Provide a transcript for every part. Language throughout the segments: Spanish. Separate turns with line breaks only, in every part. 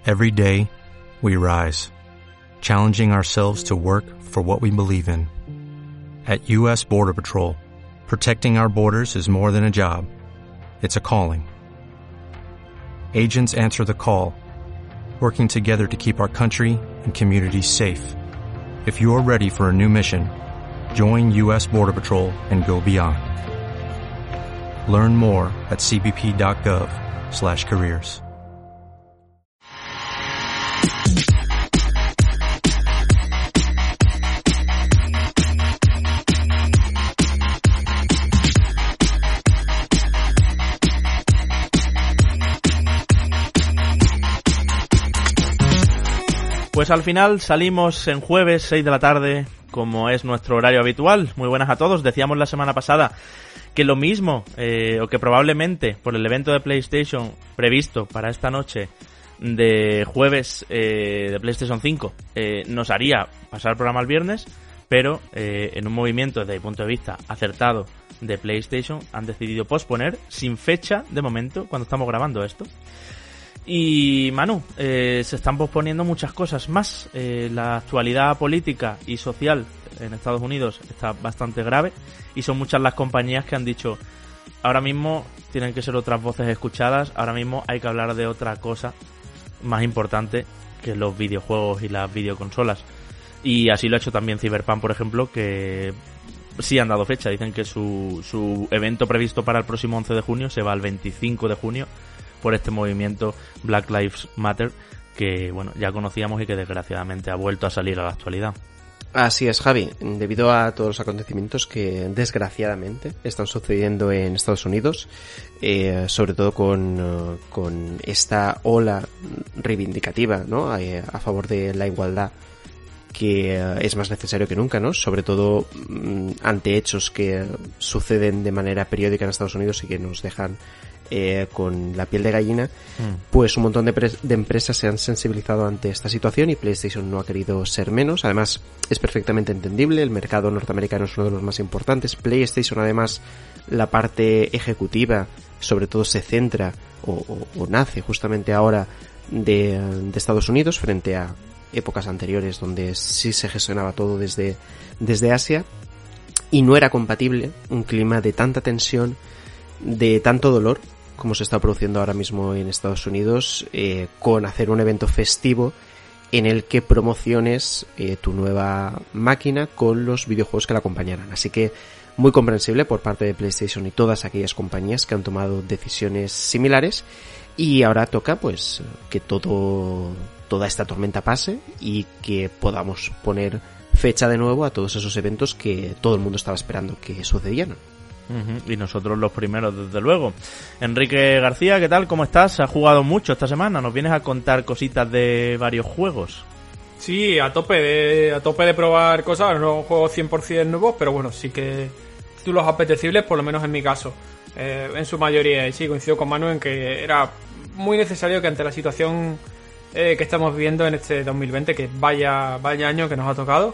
Every day, we rise, challenging ourselves to work for what we believe in. At U.S. Border Patrol, protecting our borders is more than a job. It's a calling. Agents answer the call, working together to keep our country and communities safe. If you're ready for a new mission, join U.S. Border Patrol and go beyond. Learn more at cbp.gov/careers.
Pues al final salimos en jueves 6 de la tarde, como es nuestro horario habitual. Muy buenas a todos. Decíamos la semana pasada que lo mismo, o que probablemente por el evento de PlayStation previsto para esta noche de jueves de PlayStation 5 nos haría pasar el programa al viernes, pero en un movimiento desde mi punto de vista acertado de PlayStation han decidido posponer sin fecha de momento cuando estamos grabando esto. Y Manu, se están posponiendo muchas cosas más. La actualidad política y social en Estados Unidos está bastante grave y son muchas las compañías que han dicho ahora mismo tienen que ser otras voces escuchadas, ahora mismo hay que hablar de otra cosa más importante que los videojuegos y las videoconsolas. Y así lo ha hecho también Cyberpunk, por ejemplo, que sí han dado fecha. Dicen que su evento previsto para el próximo 11 de junio se va al 25 de junio por este movimiento Black Lives Matter que, bueno, ya conocíamos y que desgraciadamente ha vuelto a salir a la actualidad.
Así es, Javi. Debido a todos los acontecimientos que desgraciadamente están sucediendo en Estados Unidos, sobre todo con esta ola reivindicativa, ¿no?, a favor de la igualdad, que es más necesario que nunca, ¿no? Sobre todo ante hechos que suceden de manera periódica en Estados Unidos y que nos dejan con la piel de gallina, pues un montón de empresas se han sensibilizado ante esta situación y PlayStation no ha querido ser menos. Además, es perfectamente entendible, el mercado norteamericano es uno de los más importantes. PlayStation, además, la parte ejecutiva, sobre todo se centra o nace justamente ahora de Estados Unidos frente a épocas anteriores donde sí se gestionaba todo desde Asia, y no era compatible un clima de tanta tensión, de tanto dolor como se está produciendo ahora mismo en Estados Unidos, con hacer un evento festivo en el que promociones tu nueva máquina con los videojuegos que la acompañarán. Así que muy comprensible por parte de PlayStation y todas aquellas compañías que han tomado decisiones similares, y ahora toca pues que toda esta tormenta pase y que podamos poner fecha de nuevo a todos esos eventos que todo el mundo estaba esperando que sucedieran.
Y nosotros los primeros, desde luego. Enrique García, ¿qué tal? ¿Cómo estás? ¿Has jugado mucho esta semana? ¿Nos vienes a contar cositas de varios juegos?
Sí, a tope de probar cosas. No juegos 100% nuevos, pero bueno, sí que títulos apetecibles, por lo menos en mi caso, en su mayoría. Y sí, coincido con Manu en que era muy necesario que ante la situación que estamos viviendo en este 2020, que vaya año que nos ha tocado,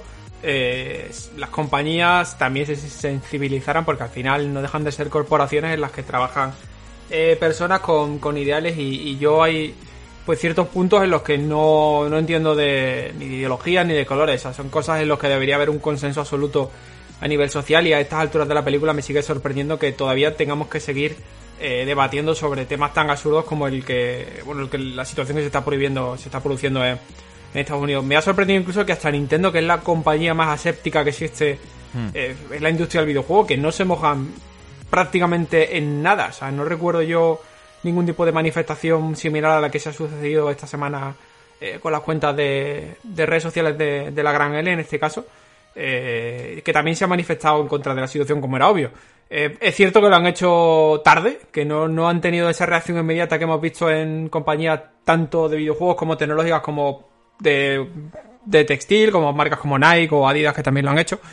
las compañías también se sensibilizaran, porque al final no dejan de ser corporaciones en las que trabajan personas con ideales, y yo hay pues ciertos puntos en los que no entiendo ni de ideologías ni de colores. O sea, son cosas en los que debería haber un consenso absoluto a nivel social, y a estas alturas de la película me sigue sorprendiendo que todavía tengamos que seguir debatiendo sobre temas tan absurdos como el que la situación que se está produciendo en Estados Unidos. Me ha sorprendido incluso que hasta Nintendo, que es la compañía más aséptica que existe en la industria del videojuego, que no se mojan prácticamente en nada. O sea, no recuerdo yo ningún tipo de manifestación similar a la que se ha sucedido esta semana con las cuentas de redes sociales de la Gran L, en este caso, que también se ha manifestado en contra de la situación, como era obvio. Es cierto que lo han hecho tarde, que no han tenido esa reacción inmediata que hemos visto en compañías tanto de videojuegos como tecnológicas, como de textil, como marcas como Nike o Adidas, que también lo han hecho.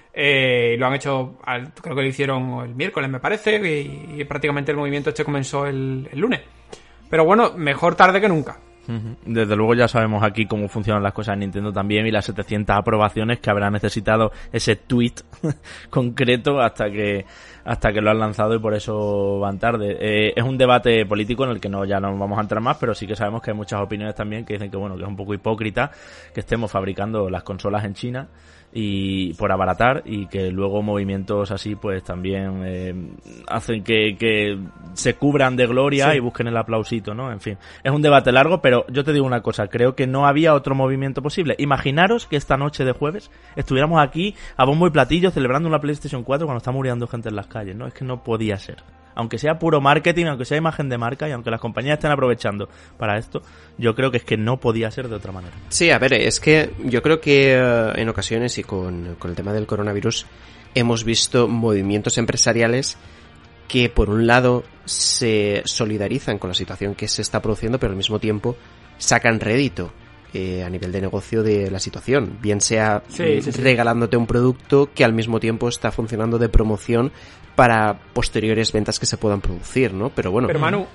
Lo han hecho, creo que lo hicieron el miércoles, me parece, y prácticamente el movimiento comenzó el lunes. Pero bueno, mejor tarde que nunca.
Desde luego ya sabemos aquí cómo funcionan las cosas en Nintendo también y las 700 aprobaciones que habrá necesitado ese tweet concreto hasta que lo han lanzado y por eso van tarde. Es un debate político en el que ya no vamos a entrar más, pero sí que sabemos que hay muchas opiniones también que dicen que bueno, que es un poco hipócrita que estemos fabricando las consolas en China y por abaratar, y que luego movimientos así pues también hacen que se cubran de gloria, sí, y busquen el aplausito, ¿no? En fin, es un debate largo, pero yo te digo una cosa, creo que no había otro movimiento posible. Imaginaros que esta noche de jueves estuviéramos aquí a bombo y platillo celebrando una PlayStation 4 cuando está muriendo gente en las calles, ¿no? Es que no podía ser. Aunque sea puro marketing, aunque sea imagen de marca y aunque las compañías estén aprovechando para esto, yo creo que es que no podía ser de otra manera.
Sí, a ver, es que yo creo que en ocasiones y con el tema del coronavirus hemos visto movimientos empresariales que por un lado se solidarizan con la situación que se está produciendo, pero al mismo tiempo sacan rédito a nivel de negocio de la situación, bien sea regalándote un producto que al mismo tiempo está funcionando de promoción para posteriores ventas que se puedan producir, ¿no? Pero bueno.
Pero Manu,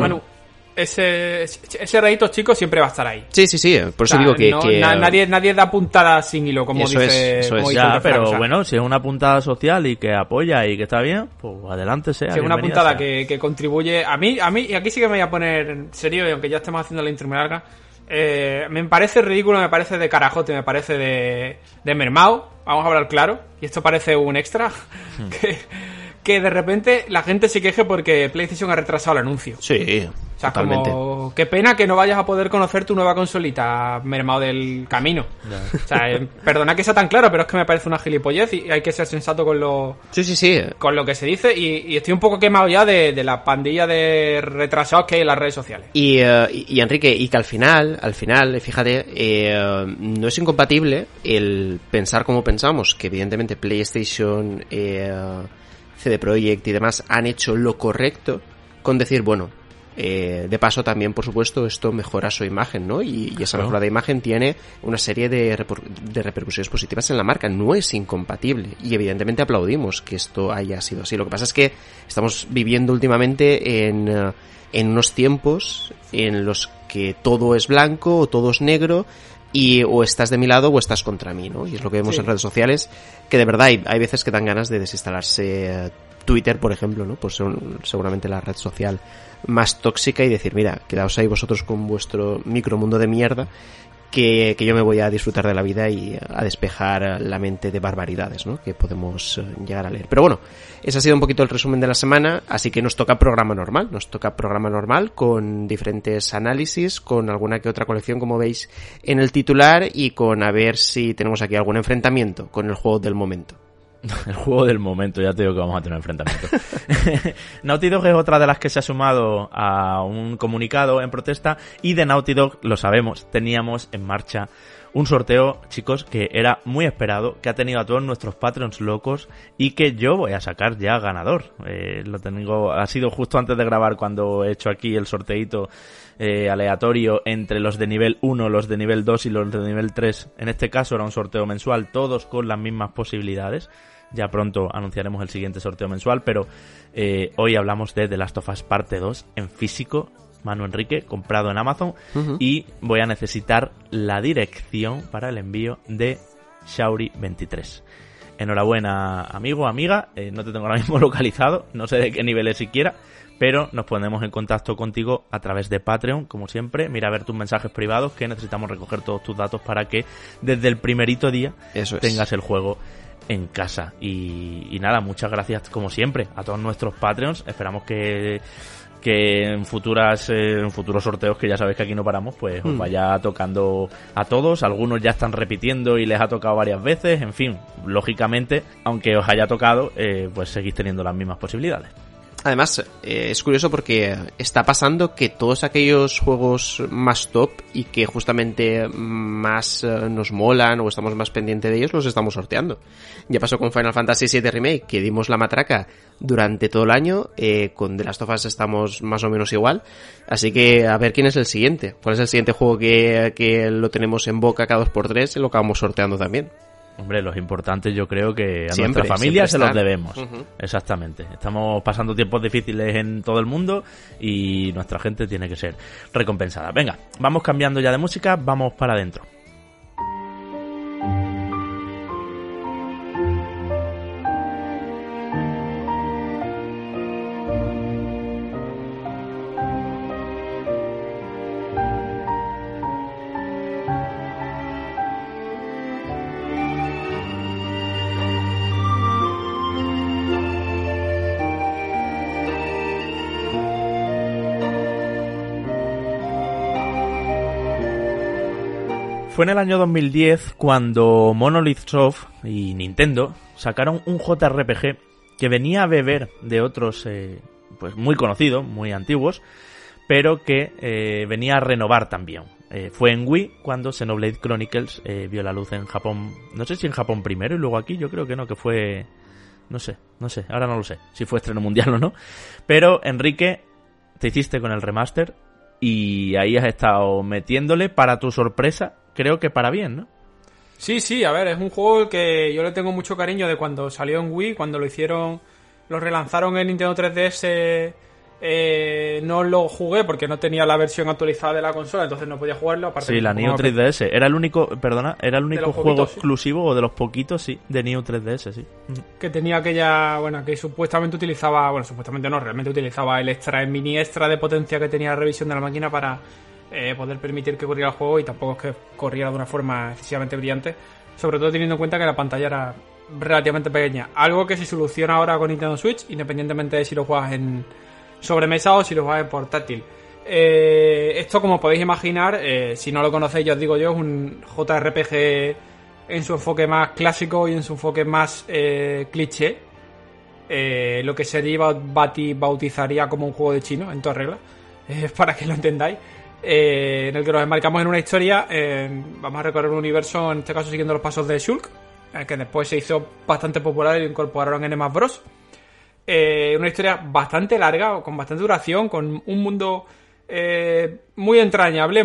ese rédito, chicos, siempre va a estar ahí.
Sí, por eso digo que...
Nadie da puntada sin hilo, como
eso
dice...
Eso es.
Ya, pero bueno, si es una puntada social y que apoya y que está bien, pues adelante sea.
Si es una puntada que contribuye... A mí, y aquí sí que me voy a poner en serio, y aunque ya estemos haciendo la intro muy larga, me parece ridículo, me parece de carajote, me parece de mermao, vamos a hablar claro, y esto parece un extra, que de repente la gente se queje porque PlayStation ha retrasado el anuncio.
Sí,
o sea,
totalmente.
Como, qué pena que no vayas a poder conocer tu nueva consolita, mermao del camino. O sea, perdona que sea tan claro, pero es que me parece una gilipollez y hay que ser sensato con lo con lo que se dice, y estoy un poco quemado ya de la pandilla de retrasados que hay en las redes sociales. Y
Enrique, y que al final, fíjate, no es incompatible el pensar como pensamos, que evidentemente PlayStation, CD Projekt y demás han hecho lo correcto, con decir, bueno, de paso también, por supuesto, esto mejora su imagen, ¿no? Y esa mejora de imagen tiene una serie de repercusiones positivas en la marca. No es incompatible. Y evidentemente aplaudimos que esto haya sido así. Lo que pasa es que estamos viviendo últimamente en unos tiempos en los que todo es blanco o todo es negro, y o estás de mi lado o estás contra mí, ¿no? Y es lo que vemos en redes sociales, que de verdad hay veces que dan ganas de desinstalarse Twitter, por ejemplo, ¿no? Pues seguramente la red social más tóxica, y decir, mira, quedaos ahí vosotros con vuestro micromundo de mierda, que yo me voy a disfrutar de la vida y a despejar la mente de barbaridades, ¿no? Que podemos llegar a leer. Pero bueno, ese ha sido un poquito el resumen de la semana, así que nos toca programa normal con diferentes análisis, con alguna que otra colección, como veis en el titular, y con a ver si tenemos aquí algún enfrentamiento con el juego del momento.
El juego del momento, ya te digo que vamos a tener un enfrentamiento. Naughty Dog es otra de las que se ha sumado a un comunicado en protesta, y de Naughty Dog, lo sabemos, teníamos en marcha un sorteo, chicos, que era muy esperado, que ha tenido a todos nuestros Patreons locos y que yo voy a sacar ya ganador. Ha sido justo antes de grabar cuando he hecho aquí el sorteito aleatorio entre los de nivel 1, los de nivel 2 y los de nivel 3. En este caso era un sorteo mensual, todos con las mismas posibilidades. Ya pronto anunciaremos el siguiente sorteo mensual, pero hoy hablamos de The Last of Us Parte 2 en físico, Manu Enrique, comprado en Amazon, y voy a necesitar la dirección para el envío de Shauri23. Enhorabuena, amigo, amiga, no te tengo ahora mismo localizado, no sé de qué nivel es siquiera, pero nos ponemos en contacto contigo a través de Patreon, como siempre. Mira a ver tus mensajes privados, que necesitamos recoger todos tus datos para que desde el primerito día tengas el juego en casa. Y nada, muchas gracias como siempre a todos nuestros Patreons. Esperamos que en futuros sorteos, que ya sabéis que aquí no paramos, pues os vaya tocando a todos. Algunos ya están repitiendo y les ha tocado varias veces. En fin, lógicamente, aunque os haya tocado, pues seguís teniendo las mismas posibilidades.
Además, es curioso porque está pasando que todos aquellos juegos más top y que justamente más nos molan o estamos más pendientes de ellos, los estamos sorteando. Ya pasó con Final Fantasy VII Remake, que dimos la matraca durante todo el año. Con The Last of Us estamos más o menos igual. Así que a ver quién es el siguiente. ¿Cuál es el siguiente juego que lo tenemos en boca cada 2x3 y lo acabamos sorteando también?
Hombre, los importantes yo creo que a
Siempre,
nuestra familia se los
siempre
debemos. Exactamente. Estamos pasando tiempos difíciles en todo el mundo y nuestra gente tiene que ser recompensada. Venga, vamos cambiando ya de música, vamos para adentro. Fue en el año 2010 cuando Monolith Soft y Nintendo sacaron un JRPG que venía a beber de otros pues muy conocidos, muy antiguos, pero que venía a renovar también. Fue en Wii cuando Xenoblade Chronicles vio la luz en Japón. No sé si en Japón primero y luego aquí, yo creo que no, que fue... No sé, ahora no lo sé, si fue estreno mundial o no. Pero, Enrique, te hiciste con el remaster y ahí has estado metiéndole, para tu sorpresa, creo que para bien, ¿no?
Sí, a ver, es un juego que yo le tengo mucho cariño de cuando salió en Wii, cuando lo relanzaron en Nintendo 3DS. No lo jugué porque no tenía la versión actualizada de la consola, entonces no podía jugarlo. Aparte
sí, la New 3DS. Era el único juego
poquitos,
exclusivo, o de los poquitos, sí, de New 3DS, sí.
Que tenía aquella, que supuestamente utilizaba, supuestamente no, realmente utilizaba el mini extra de potencia que tenía la revisión de la máquina para poder permitir que corriera el juego, y tampoco es que corriera de una forma excesivamente brillante, sobre todo teniendo en cuenta que la pantalla era relativamente pequeña. Algo que se soluciona ahora con Nintendo Switch, independientemente de si lo juegas en sobremesa o si lo juegas en portátil. Esto, como podéis imaginar, si no lo conocéis, ya os digo yo, es un JRPG en su enfoque más clásico y en su enfoque más cliché. Lo que sería bautizaría como un juego de chino, en toda regla, para que lo entendáis. En el que nos embarcamos en una historia, vamos a recorrer un universo, en este caso siguiendo los pasos de Shulk, que después se hizo bastante popular y lo incorporaron en Smash Bros. Una historia bastante larga, con bastante duración, con un mundo muy entrañable,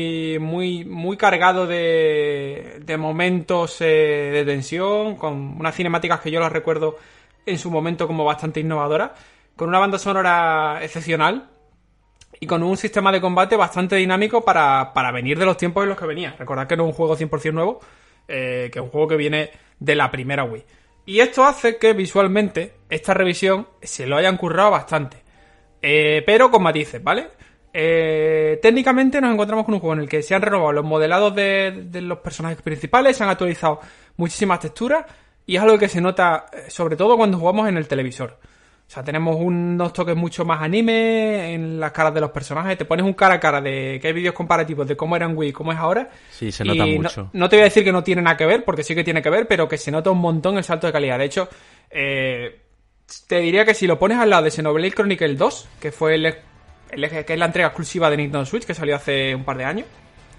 muy cargado de momentos de tensión, con unas cinemáticas que yo las recuerdo en su momento como bastante innovadoras, con una banda sonora excepcional y con un sistema de combate bastante dinámico para venir de los tiempos en los que venía. Recordad que no es un juego 100% nuevo, que es un juego que viene de la primera Wii. Y esto hace que visualmente esta revisión se lo hayan currado bastante, pero con matices, ¿vale? Técnicamente nos encontramos con un juego en el que se han renovado los modelados de los personajes principales, se han actualizado muchísimas texturas, y es algo que se nota sobre todo cuando jugamos en el televisor. O sea, tenemos unos toques mucho más anime en las caras de los personajes. Te pones un cara a cara de que hay vídeos comparativos de cómo era en Wii y cómo es ahora.
Sí, se nota mucho.
No te voy a decir que no tiene nada que ver, porque sí que tiene que ver, pero que se nota un montón el salto de calidad. De hecho, te diría que si lo pones al lado de Xenoblade Chronicles 2, que fue que es la entrega exclusiva de Nintendo Switch, que salió hace un par de años,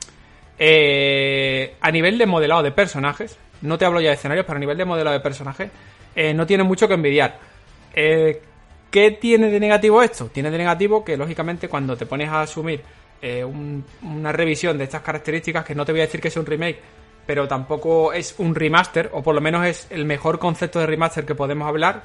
a nivel de modelado de personajes, no te hablo ya de escenarios, pero a nivel de modelado de personajes, no tiene mucho que envidiar. ¿Qué tiene de negativo esto? Tiene de negativo que, lógicamente, cuando te pones a asumir una revisión de estas características, que no te voy a decir que es un remake, pero tampoco es un remaster, o por lo menos es el mejor concepto de remaster que podemos hablar,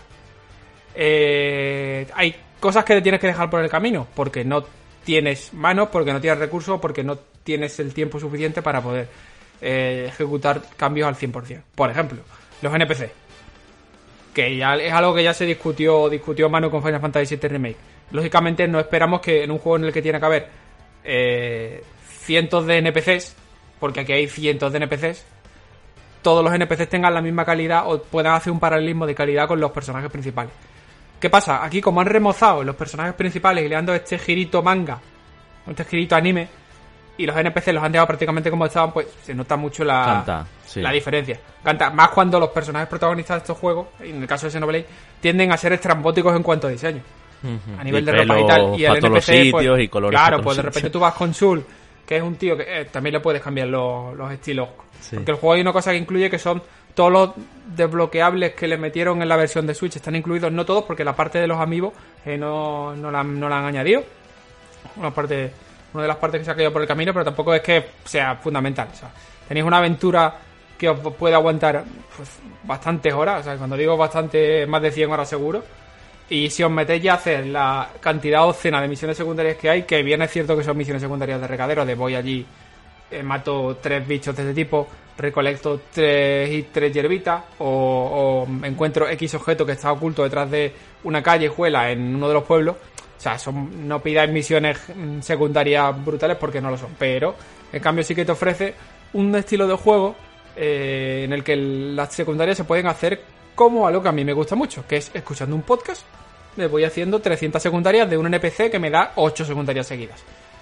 hay cosas que te tienes que dejar por el camino, porque no tienes manos, porque no tienes recursos, porque no tienes el tiempo suficiente para poder ejecutar cambios al 100%. Por ejemplo, los NPC, que ya es algo que ya se discutió Manu con Final Fantasy VII Remake. Lógicamente no esperamos que en un juego en el que tiene que haber cientos de NPCs, porque aquí hay cientos de NPCs, todos los NPCs tengan la misma calidad o puedan hacer un paralelismo de calidad con los personajes principales. ¿Qué pasa? Aquí, como han remozado los personajes principales y le han dado este girito manga, este girito anime, y los NPCs los han dejado prácticamente como estaban, pues se nota mucho la diferencia. Canta más cuando los personajes protagonistas de estos juegos, en el caso de Xenoblade, tienden a ser estrambóticos en cuanto a diseño. A nivel de ropa y tal. Y el NPC,
sitios,
pues,
y colores,
claro, pues de repente tú vas con Shulk, que es un tío que también le puedes cambiar los estilos. Sí. Porque el juego hay una cosa que incluye, que son todos los desbloqueables que le metieron en la versión de Switch. Están incluidos, no todos, porque la parte de los amiibos no la han añadido. Una de las partes que se ha caído por el camino, pero tampoco es que sea fundamental. O sea, tenéis una aventura que os puede aguantar pues, bastantes horas. O sea, cuando digo bastante, más de 100 horas seguro. Y si os metéis ya a hacer la cantidad obscena de misiones secundarias que hay, que bien es cierto que son misiones secundarias de recadero, de voy allí, mato 3 bichos de este tipo, recolecto 3 hierbitas, o encuentro X objeto que está oculto detrás de una callejuela en uno de los pueblos. O sea, no pidáis misiones secundarias brutales porque no lo son. Pero, en cambio, sí que te ofrece un estilo de juego en el que las secundarias se pueden hacer como algo que a mí me gusta mucho, que es escuchando un podcast, me voy haciendo 300 secundarias de un NPC que me da 8 secundarias seguidas.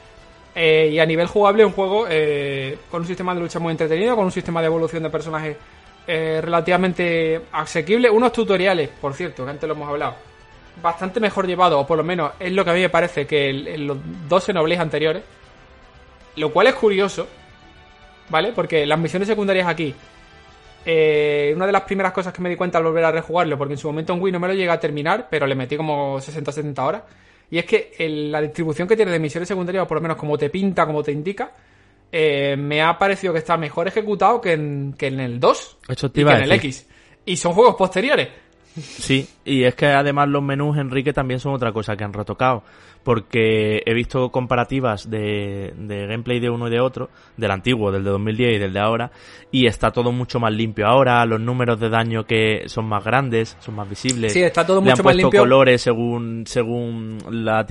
Y a nivel jugable, un juego con un sistema de lucha muy entretenido, con un sistema de evolución de personajes relativamente asequible, unos tutoriales, por cierto, que antes lo hemos hablado, bastante mejor llevado, o por lo menos es lo que a mí me parece que en los 2 Xenoblade anteriores, lo cual es curioso, ¿vale? Porque las misiones secundarias aquí, una de las primeras cosas que me di cuenta al volver a rejugarlo, porque en su momento en Wii no me lo llegué a terminar, pero le metí como 60 o 70 horas, y es que la distribución que tiene de misiones secundarias, o por lo menos como te pinta, como te indica, me ha parecido que está mejor ejecutado que en el 2
Eso
y
te iba
que
a
en el
decir.
X. Y son juegos posteriores.
Sí, y es que además los menús, Enrique, también son otra cosa que han retocado, porque he visto comparativas de gameplay de uno y de otro, del antiguo, del de 2010 y del de ahora, y está todo mucho más limpio ahora, los números de daño que son más grandes, son más visibles.
Sí, está todo
Le
mucho
han
más
puesto
limpio.
colores según la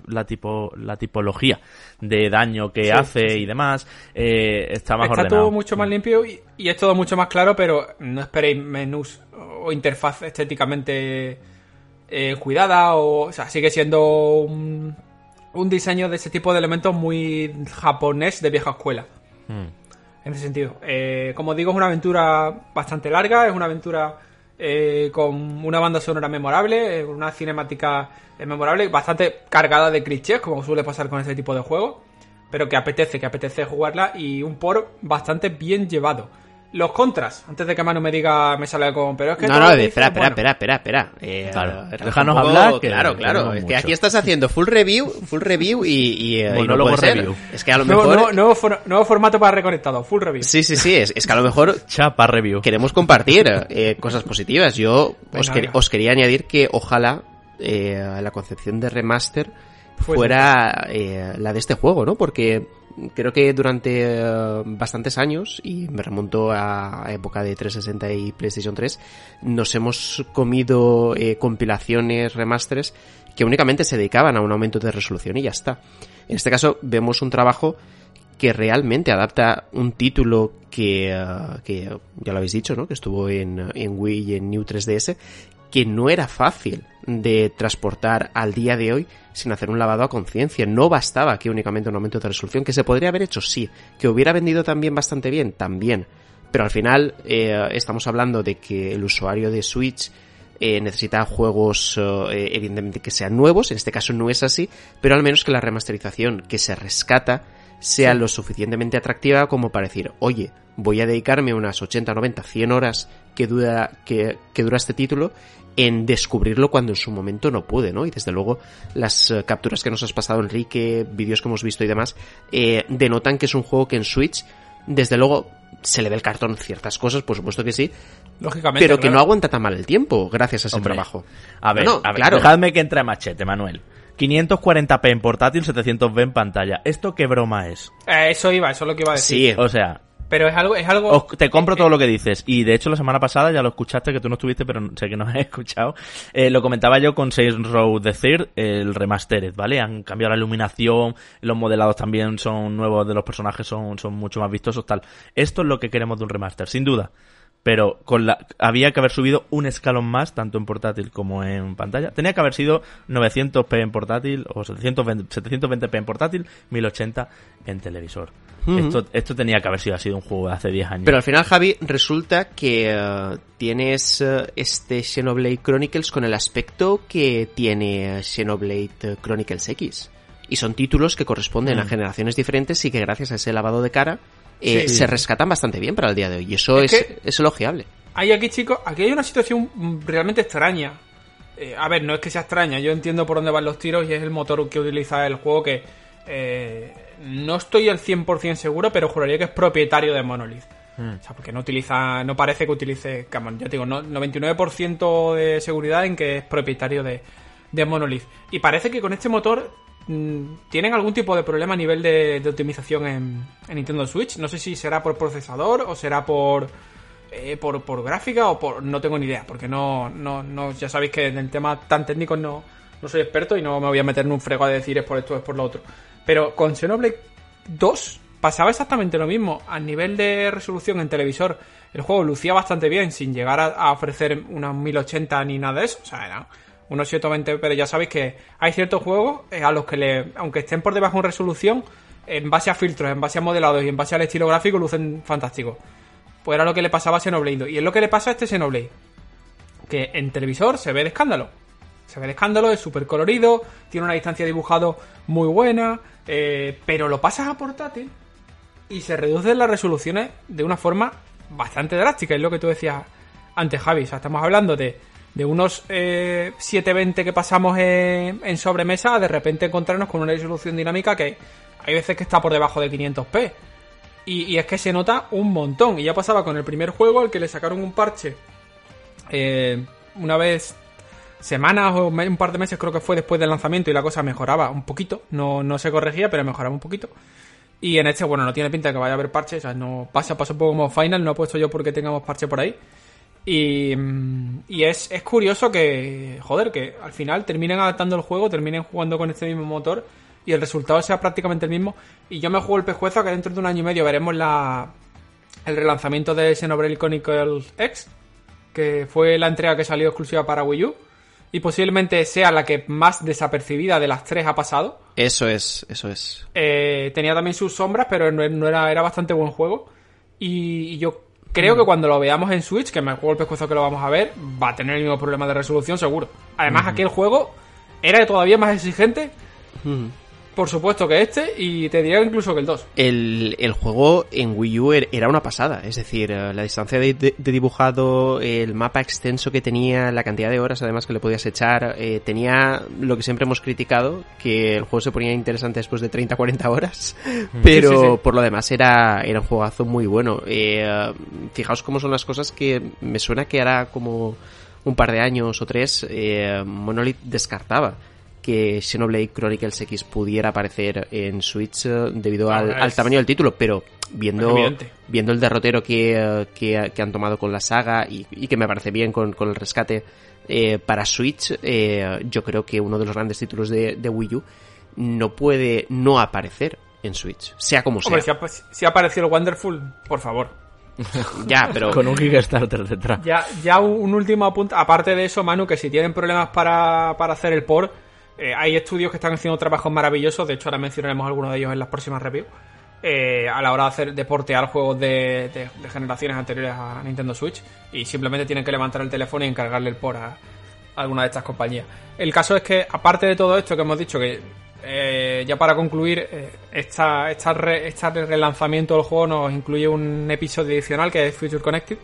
tipología de daño que hace y demás. Está más
Está
ordenado.
todo mucho más limpio y es todo mucho más claro, pero no esperéis menús o interfaz estéticamente cuidada, o sea, sigue siendo un diseño de ese tipo de elementos muy japonés de vieja escuela. En ese sentido. Como digo, es una aventura bastante larga, es una aventura con una banda sonora memorable, una cinemática memorable, bastante cargada de clichés, como suele pasar con este tipo de juegos, pero que apetece jugarla, y un port bastante bien llevado. Los contras, antes de que Manu me diga, me salga con... Pero es que
No,
espera.
espera.
Claro,
relaja
déjanos
un poco.
hablar, que
Claro.
tenemos
Es que
mucho.
aquí estás haciendo full review y no
Monólogo
puede ser.
review.
Es que a lo mejor...
Nuevo formato para Reconectado, full review.
Sí, es que a lo mejor
Chapa review.
queremos compartir cosas positivas. Yo
Venga.
os quería añadir que ojalá la concepción de remaster
Pues
fuera la de este juego, ¿no? Porque creo que durante bastantes años, y me remonto a época de 360 y PlayStation 3, nos hemos comido compilaciones, remasters, que únicamente se dedicaban a un aumento de resolución y ya está. En este caso vemos un trabajo que realmente adapta un título que ya lo habéis dicho, ¿no? Que estuvo en Wii y en New 3DS, que no era fácil de transportar al día de hoy sin hacer un lavado a conciencia. No bastaba que únicamente un aumento de resolución, que se podría haber hecho, sí. Que hubiera vendido también bastante bien, también. Pero al final estamos hablando de que el usuario de Switch necesita juegos evidentemente que sean nuevos. En este caso no es así, pero al menos que la remasterización que se rescata sea lo suficientemente atractiva como para decir, oye, voy a dedicarme unas 80, 90, 100 horas que dura este título en descubrirlo cuando en su momento no pude, ¿no? Y desde luego las capturas que nos has pasado, Enrique, vídeos que hemos visto y demás, denotan que es un juego que en Switch, desde luego, se le ve el cartón ciertas cosas, por supuesto que sí,
Lógicamente,
pero que
claro.
no aguanta tan mal el tiempo gracias a ese
Hombre,
trabajo.
A ver,
No, claro.
dejadme que entre a machete, Manuel. 540p en portátil, 720 en pantalla. ¿Esto qué broma es?
Eso es lo que iba a decir.
Sí,
O sea,
Pero es algo...
te compro todo lo que dices. Y de hecho la semana pasada ya lo escuchaste, que tú no estuviste, pero sé que no has escuchado. Lo comentaba yo con Saints Row The Third, el remastered, ¿vale? Han cambiado la iluminación, los modelados también son nuevos de los personajes, son mucho más vistosos, tal. Esto es lo que queremos de un remaster, sin duda. Pero había que haber subido un escalón más, tanto en portátil como en pantalla. Tenía que haber sido 900p en portátil, o 720p en portátil, 1080 en televisor. Esto tenía que haber sido un juego de hace 10 años.
Pero al final, Javi, resulta que tienes este Xenoblade Chronicles con el aspecto que tiene Xenoblade Chronicles X. Y son títulos que corresponden a generaciones diferentes y que gracias a ese lavado de cara se rescatan bastante bien para el día de hoy. Y eso es elogiable.
Aquí, chicos, aquí hay una situación realmente extraña. A ver, no es que sea extraña, yo entiendo por dónde van los tiros y es el motor que utiliza el juego que no estoy al 100% seguro, pero juraría que es propietario de Monolith. O sea, porque no parece que utilice Gammon. Ya te digo, 99% de seguridad en que es propietario de Monolith. Y parece que con este motor tienen algún tipo de problema a nivel de optimización en Nintendo Switch. No sé si será por procesador o será por gráfica o por... No tengo ni idea, porque no ya sabéis que en el tema tan técnico no soy experto y no me voy a meter en un frego a decir es por esto, es por lo otro. Pero con Xenoblade 2... pasaba exactamente lo mismo. A nivel de resolución en televisor, el juego lucía bastante bien, sin llegar a ofrecer unos 1080 ni nada de eso. O sea, era unos 720, pero ya sabéis que hay ciertos juegos a los que, aunque estén por debajo en resolución, en base a filtros, en base a modelados y en base al estilo gráfico, lucen fantásticos. Pues era lo que le pasaba a Xenoblade. Y es lo que le pasa a este Xenoblade. Que en televisor se ve de escándalo. Se ve de escándalo, es súper colorido, tiene una distancia de dibujado muy buena, pero lo pasas a portátil y se reducen las resoluciones de una forma bastante drástica. Es lo que tú decías antes, Javi. O sea, estamos hablando de unos 720 que pasamos en sobremesa a de repente encontrarnos con una resolución dinámica que hay veces que está por debajo de 500p. Y es que se nota un montón. Y ya pasaba con el primer juego, al que le sacaron un parche una vez... semanas o un par de meses creo que fue después del lanzamiento, y la cosa mejoraba un poquito. No se corregía, pero mejoraba un poquito. Y en este, bueno, no tiene pinta de que vaya a haber parches. O sea, no pasa un poco como Final. No he puesto yo porque tengamos parche por ahí. Y es curioso que, joder, que al final terminen adaptando el juego, terminen jugando con este mismo motor y el resultado sea prácticamente el mismo. Y yo me juego el pescuezo a que dentro de un año y medio veremos el relanzamiento de Xenoblade Chronicles X, que fue la entrega que salió exclusiva para Wii U. Y posiblemente sea la que más desapercibida de las tres ha pasado.
Eso es.
Tenía también sus sombras, pero no era bastante buen juego. Y yo creo que cuando lo veamos en Switch, que me juego el pescuezo que lo vamos a ver, va a tener el mismo problema de resolución seguro. Además, aquí el juego era todavía más exigente, por supuesto, que este, y te diría incluso que el 2.
El juego en Wii U era una pasada, es decir, la distancia de dibujado, el mapa extenso que tenía, la cantidad de horas además que le podías echar, tenía lo que siempre hemos criticado, que el juego se ponía interesante después de 30-40 horas, pero sí. Por lo demás era un juegazo muy bueno. Fijaos cómo son las cosas, que me suena que hará como un par de años o 3, Monolith descartaba que Xenoblade Chronicles X pudiera aparecer en Switch debido al tamaño del título, pero viendo el derrotero que han tomado con la saga y que me parece bien con el rescate para Switch, yo creo que uno de los grandes títulos de Wii U no puede no aparecer en Switch, sea como sea.
Hombre, si ha aparecido el Wonderful, por favor.
Ya, pero
con un Kickstarter detrás.
Ya un último apunte, aparte de eso, Manu, que si tienen problemas para hacer el port, hay estudios que están haciendo trabajos maravillosos. De hecho, ahora mencionaremos algunos de ellos en las próximas reviews, a la hora de portear juegos de generaciones anteriores a Nintendo Switch, y simplemente tienen que levantar el teléfono y encargarle el port a alguna de estas compañías. El caso es que, aparte de todo esto que hemos dicho, que ya para concluir, este relanzamiento del juego nos incluye un episodio adicional que es Future Connected,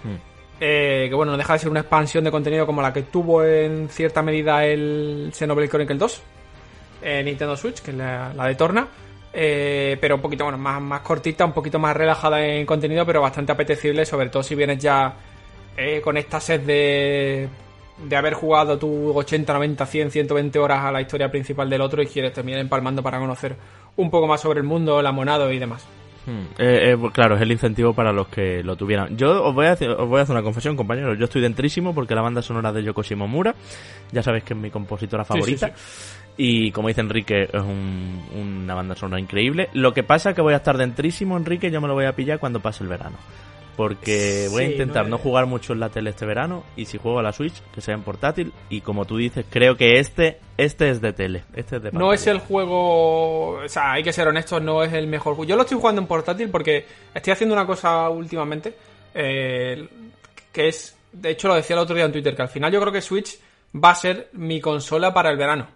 que bueno, no deja de ser una expansión de contenido como la que tuvo en cierta medida el Xenoblade Chronicles 2 en Nintendo Switch, que es la de Torna, pero un poquito más cortita, un poquito más relajada en contenido, pero bastante apetecible, sobre todo si vienes ya con esta sed de haber jugado tu 80, 90, 100, 120 horas a la historia principal del otro y quieres terminar empalmando para conocer un poco más sobre el mundo, la monado y demás.
Claro, es el incentivo para los que lo tuvieran. Yo os voy a hacer una confesión, compañeros. Yo estoy dentrísimo porque la banda sonora de Yoko Shimomura, ya sabéis que es mi compositora favorita. Sí. Y como dice Enrique, es una banda sonora increíble. Lo que pasa es que voy a estar dentrísimo, Enrique, yo me lo voy a pillar cuando pase el verano. Porque voy a intentar no jugar mucho en la tele este verano, y si juego a la Switch, que sea en portátil. Y como tú dices, creo que este es de tele, este es de pantalla.
No es el juego, o sea, hay que ser honestos, no es el mejor juego. Yo lo estoy jugando en portátil porque estoy haciendo una cosa últimamente, que es, de hecho lo decía el otro día en Twitter, que al final yo creo que Switch va a ser mi consola para el verano.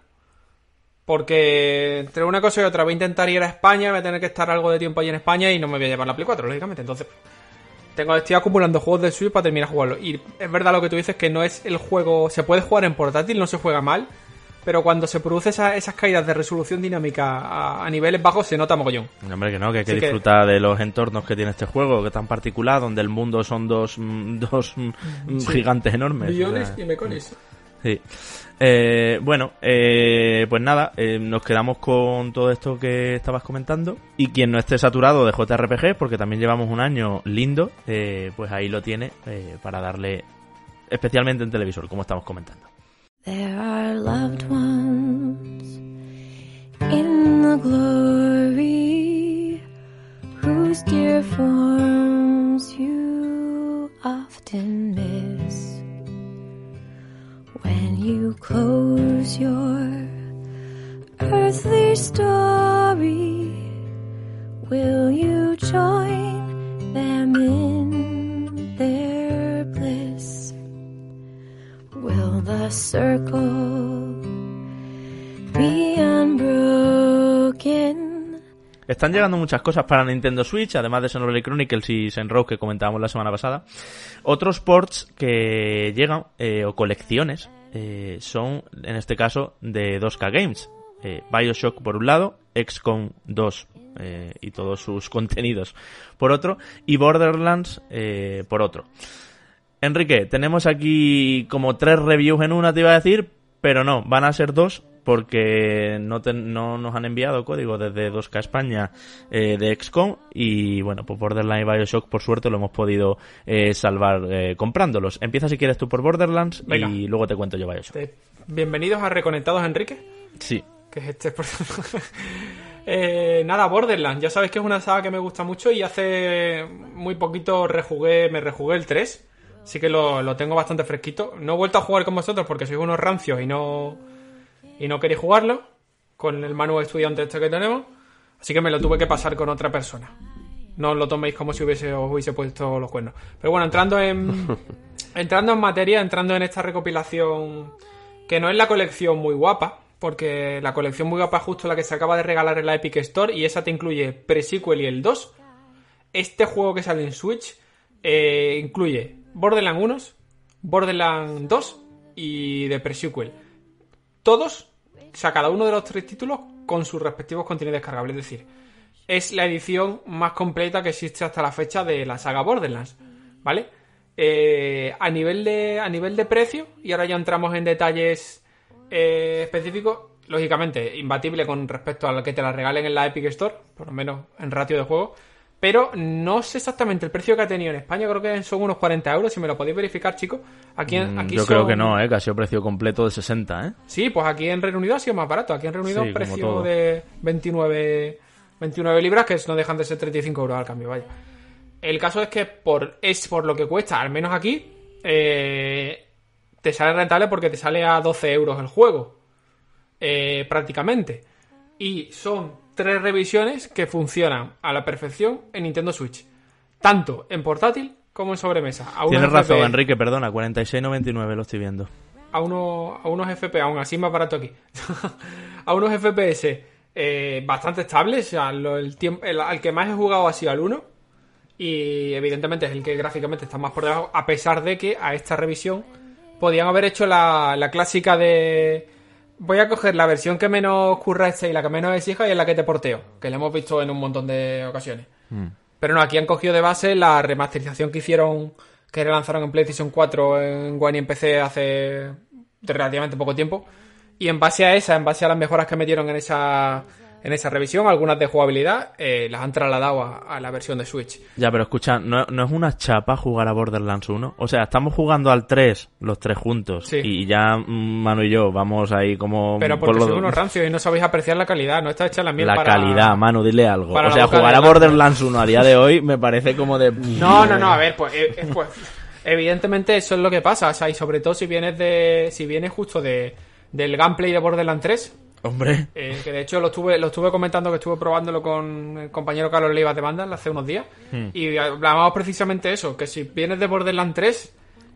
Porque entre una cosa y otra voy a intentar ir a España, voy a tener que estar algo de tiempo allí en España y no me voy a llevar la Play 4, lógicamente. Entonces estoy acumulando juegos de Switch para terminar a jugarlo. Y es verdad lo que tú dices, que no es el juego... Se puede jugar en portátil, no se juega mal, pero cuando se produce esas caídas de resolución dinámica a niveles bajos se nota mogollón.
Hombre, que no, que hay que
Así
disfrutar de los entornos que tiene este juego, que es tan particular, donde el mundo son dos gigantes enormes.
Billones
o sea,
y mecones.
Sí. Pues nada, nos quedamos con todo esto que estabas comentando. Y quien no esté saturado de JRPG, porque también llevamos un año lindo, pues ahí lo tiene para darle, especialmente en televisor, como estamos comentando.
There are loved ones in the glory whose dear forms you often miss. When you close your earthly story, will you join them in their bliss? Will the circle be unbroken?
Están llegando muchas cosas para Nintendo Switch, además de Xenoblade Chronicles y Senroad que comentábamos la semana pasada. Otros ports que llegan, o colecciones, son, en este caso, de 2K Games. BioShock por un lado, XCOM 2 y todos sus contenidos por otro, y Borderlands por otro. Enrique, tenemos aquí como 3 reviews en una, te iba a decir, pero no, van a ser 2 porque no nos han enviado código desde 2K España de XCOM y bueno, pues Borderlands y BioShock por suerte lo hemos podido salvar comprándolos. Empieza si quieres tú por Borderlands. Venga. Y luego te cuento yo BioShock.
Bienvenidos a Reconectados, Enrique.
Sí.
Que es nada, Borderlands, ya sabéis que es una saga que me gusta mucho y hace muy poquito me rejugué el 3. Así que lo tengo bastante fresquito. No he vuelto a jugar con vosotros porque sois unos rancios y no queréis jugarlo con el manual estudiante este que tenemos. Así que me lo tuve que pasar con otra persona. No os lo toméis como si os hubiese puesto los cuernos. Pero bueno, entrando en materia, entrando en esta recopilación, que no es la colección muy guapa, porque la colección muy guapa es justo la que se acaba de regalar en la Epic Store y esa te incluye pre-sequel y el 2. Este juego que sale en Switch incluye Borderlands 1, Borderlands 2 y de pre-sequel. Todos, o sea, cada uno de los 3 títulos con sus respectivos contenidos descargables. Es decir, es la edición más completa que existe hasta la fecha de la saga Borderlands, ¿vale? A nivel de precio, y ahora ya entramos en detalles específicos, lógicamente imbatible con respecto a lo que te la regalen en la Epic Store, por lo menos en ratio de juego. Pero no sé exactamente el precio que ha tenido en España. Creo que son unos 40 euros. Si me lo podéis verificar, chicos. Aquí
yo creo que no, que ha sido precio completo de 60, ¿eh?
Sí, pues aquí en Reino Unido ha sido más barato. Aquí en Reino Unido precio de 29 libras, que no dejan de ser 35 euros al cambio, vaya. El caso es que es por lo que cuesta, al menos aquí, te sale rentable porque te sale a 12 euros el juego. Prácticamente. Y son 3 revisiones que funcionan a la perfección en Nintendo Switch. Tanto en portátil como en sobremesa.
Tienes razón, Enrique, perdona, 46,99 lo estoy viendo.
A unos FPS, aún así más barato aquí. A unos FPS bastante estables. O sea, al que más he jugado ha sido al 1. Y evidentemente es el que gráficamente está más por debajo. A pesar de que a esta revisión podían haber hecho la clásica de... Voy a coger la versión que menos curra y la que menos exija y es la que te porteo, que la hemos visto en un montón de ocasiones. Pero no, aquí han cogido de base la remasterización que hicieron, que relanzaron en PlayStation 4, en One y en PC hace relativamente poco tiempo. Y en base a las mejoras que metieron en esa revisión, algunas de jugabilidad, las han trasladado a la versión de Switch.
Ya, pero escucha, ¿no es una chapa jugar a Borderlands 1? O sea, estamos jugando al 3, los 3 juntos, sí. Y ya Manu y yo vamos ahí como...
Pero porque sois unos rancios y no sabéis apreciar la calidad, no está hecha la miel para...
La calidad, Manu, dile algo. O sea, jugar a Borderlands 1 a día de hoy me parece como de...
No, a ver, pues evidentemente eso es lo que pasa, o sea, y sobre todo si vienes justo del gameplay de Borderlands 3...
Hombre.
Que de hecho lo estuve comentando, que estuve probándolo con el compañero Carlos Leiva de Vandal hace unos días. Y hablábamos precisamente eso, que si vienes de Borderlands 3,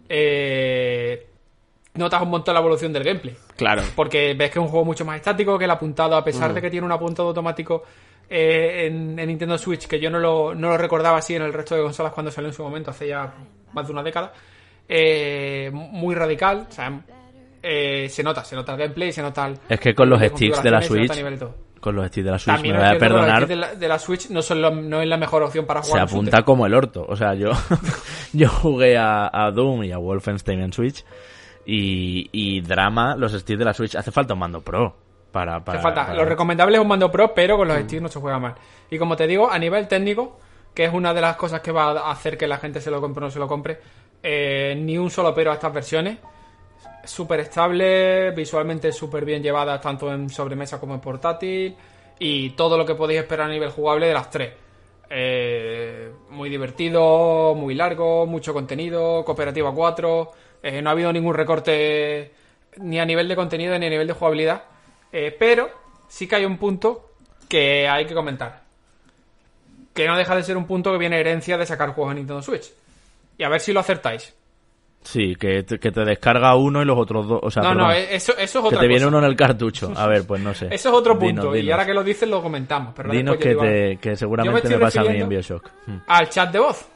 notas un montón la evolución del gameplay.
Claro.
Porque ves que es un juego mucho más estático, que el apuntado, a pesar de que tiene un apuntado automático en Nintendo Switch, que yo no lo recordaba así en el resto de consolas cuando salió en su momento, hace ya más de una década, muy radical, o sea, se nota el gameplay, se nota el...
Es que con los
de
sticks de la
configuraciones, se nota
Switch,
a nivel de todo.
con los sticks de la Switch
También
me voy a
es cierto que
perdonar,
los sticks de la Switch no es la mejor opción para
se
jugar.
apunta como el orto. O sea, yo jugué a Doom y a Wolfenstein en Switch y drama, los sticks de la Switch. Hace falta un mando pro.
Lo recomendable es un mando pro, pero con los sticks no se juega mal. Y como te digo, a nivel técnico, que es una de las cosas que va a hacer que la gente se lo compre o no se lo compre, ni un solo pero a estas versiones. Súper estable, visualmente súper bien llevadas tanto en sobremesa como en portátil, y todo lo que podéis esperar a nivel jugable de las tres. Muy divertido, muy largo, mucho contenido, cooperativo a 4, no ha habido ningún recorte ni a nivel de contenido ni a nivel de jugabilidad, pero sí que hay un punto que hay que comentar, que no deja de ser un punto que viene herencia de sacar juegos en Nintendo Switch, y a ver si lo acertáis.
Sí, que te descarga uno y los otros dos. O sea,
no,
perdón,
eso es otra
que te viene
cosa.
uno en el cartucho. A ver, pues no sé.
Eso es otro punto,
Dinos.
y ahora que lo dices lo comentamos. Pero
Dinos que seguramente me pasa a mí en Bioshock.
Al chat de voz.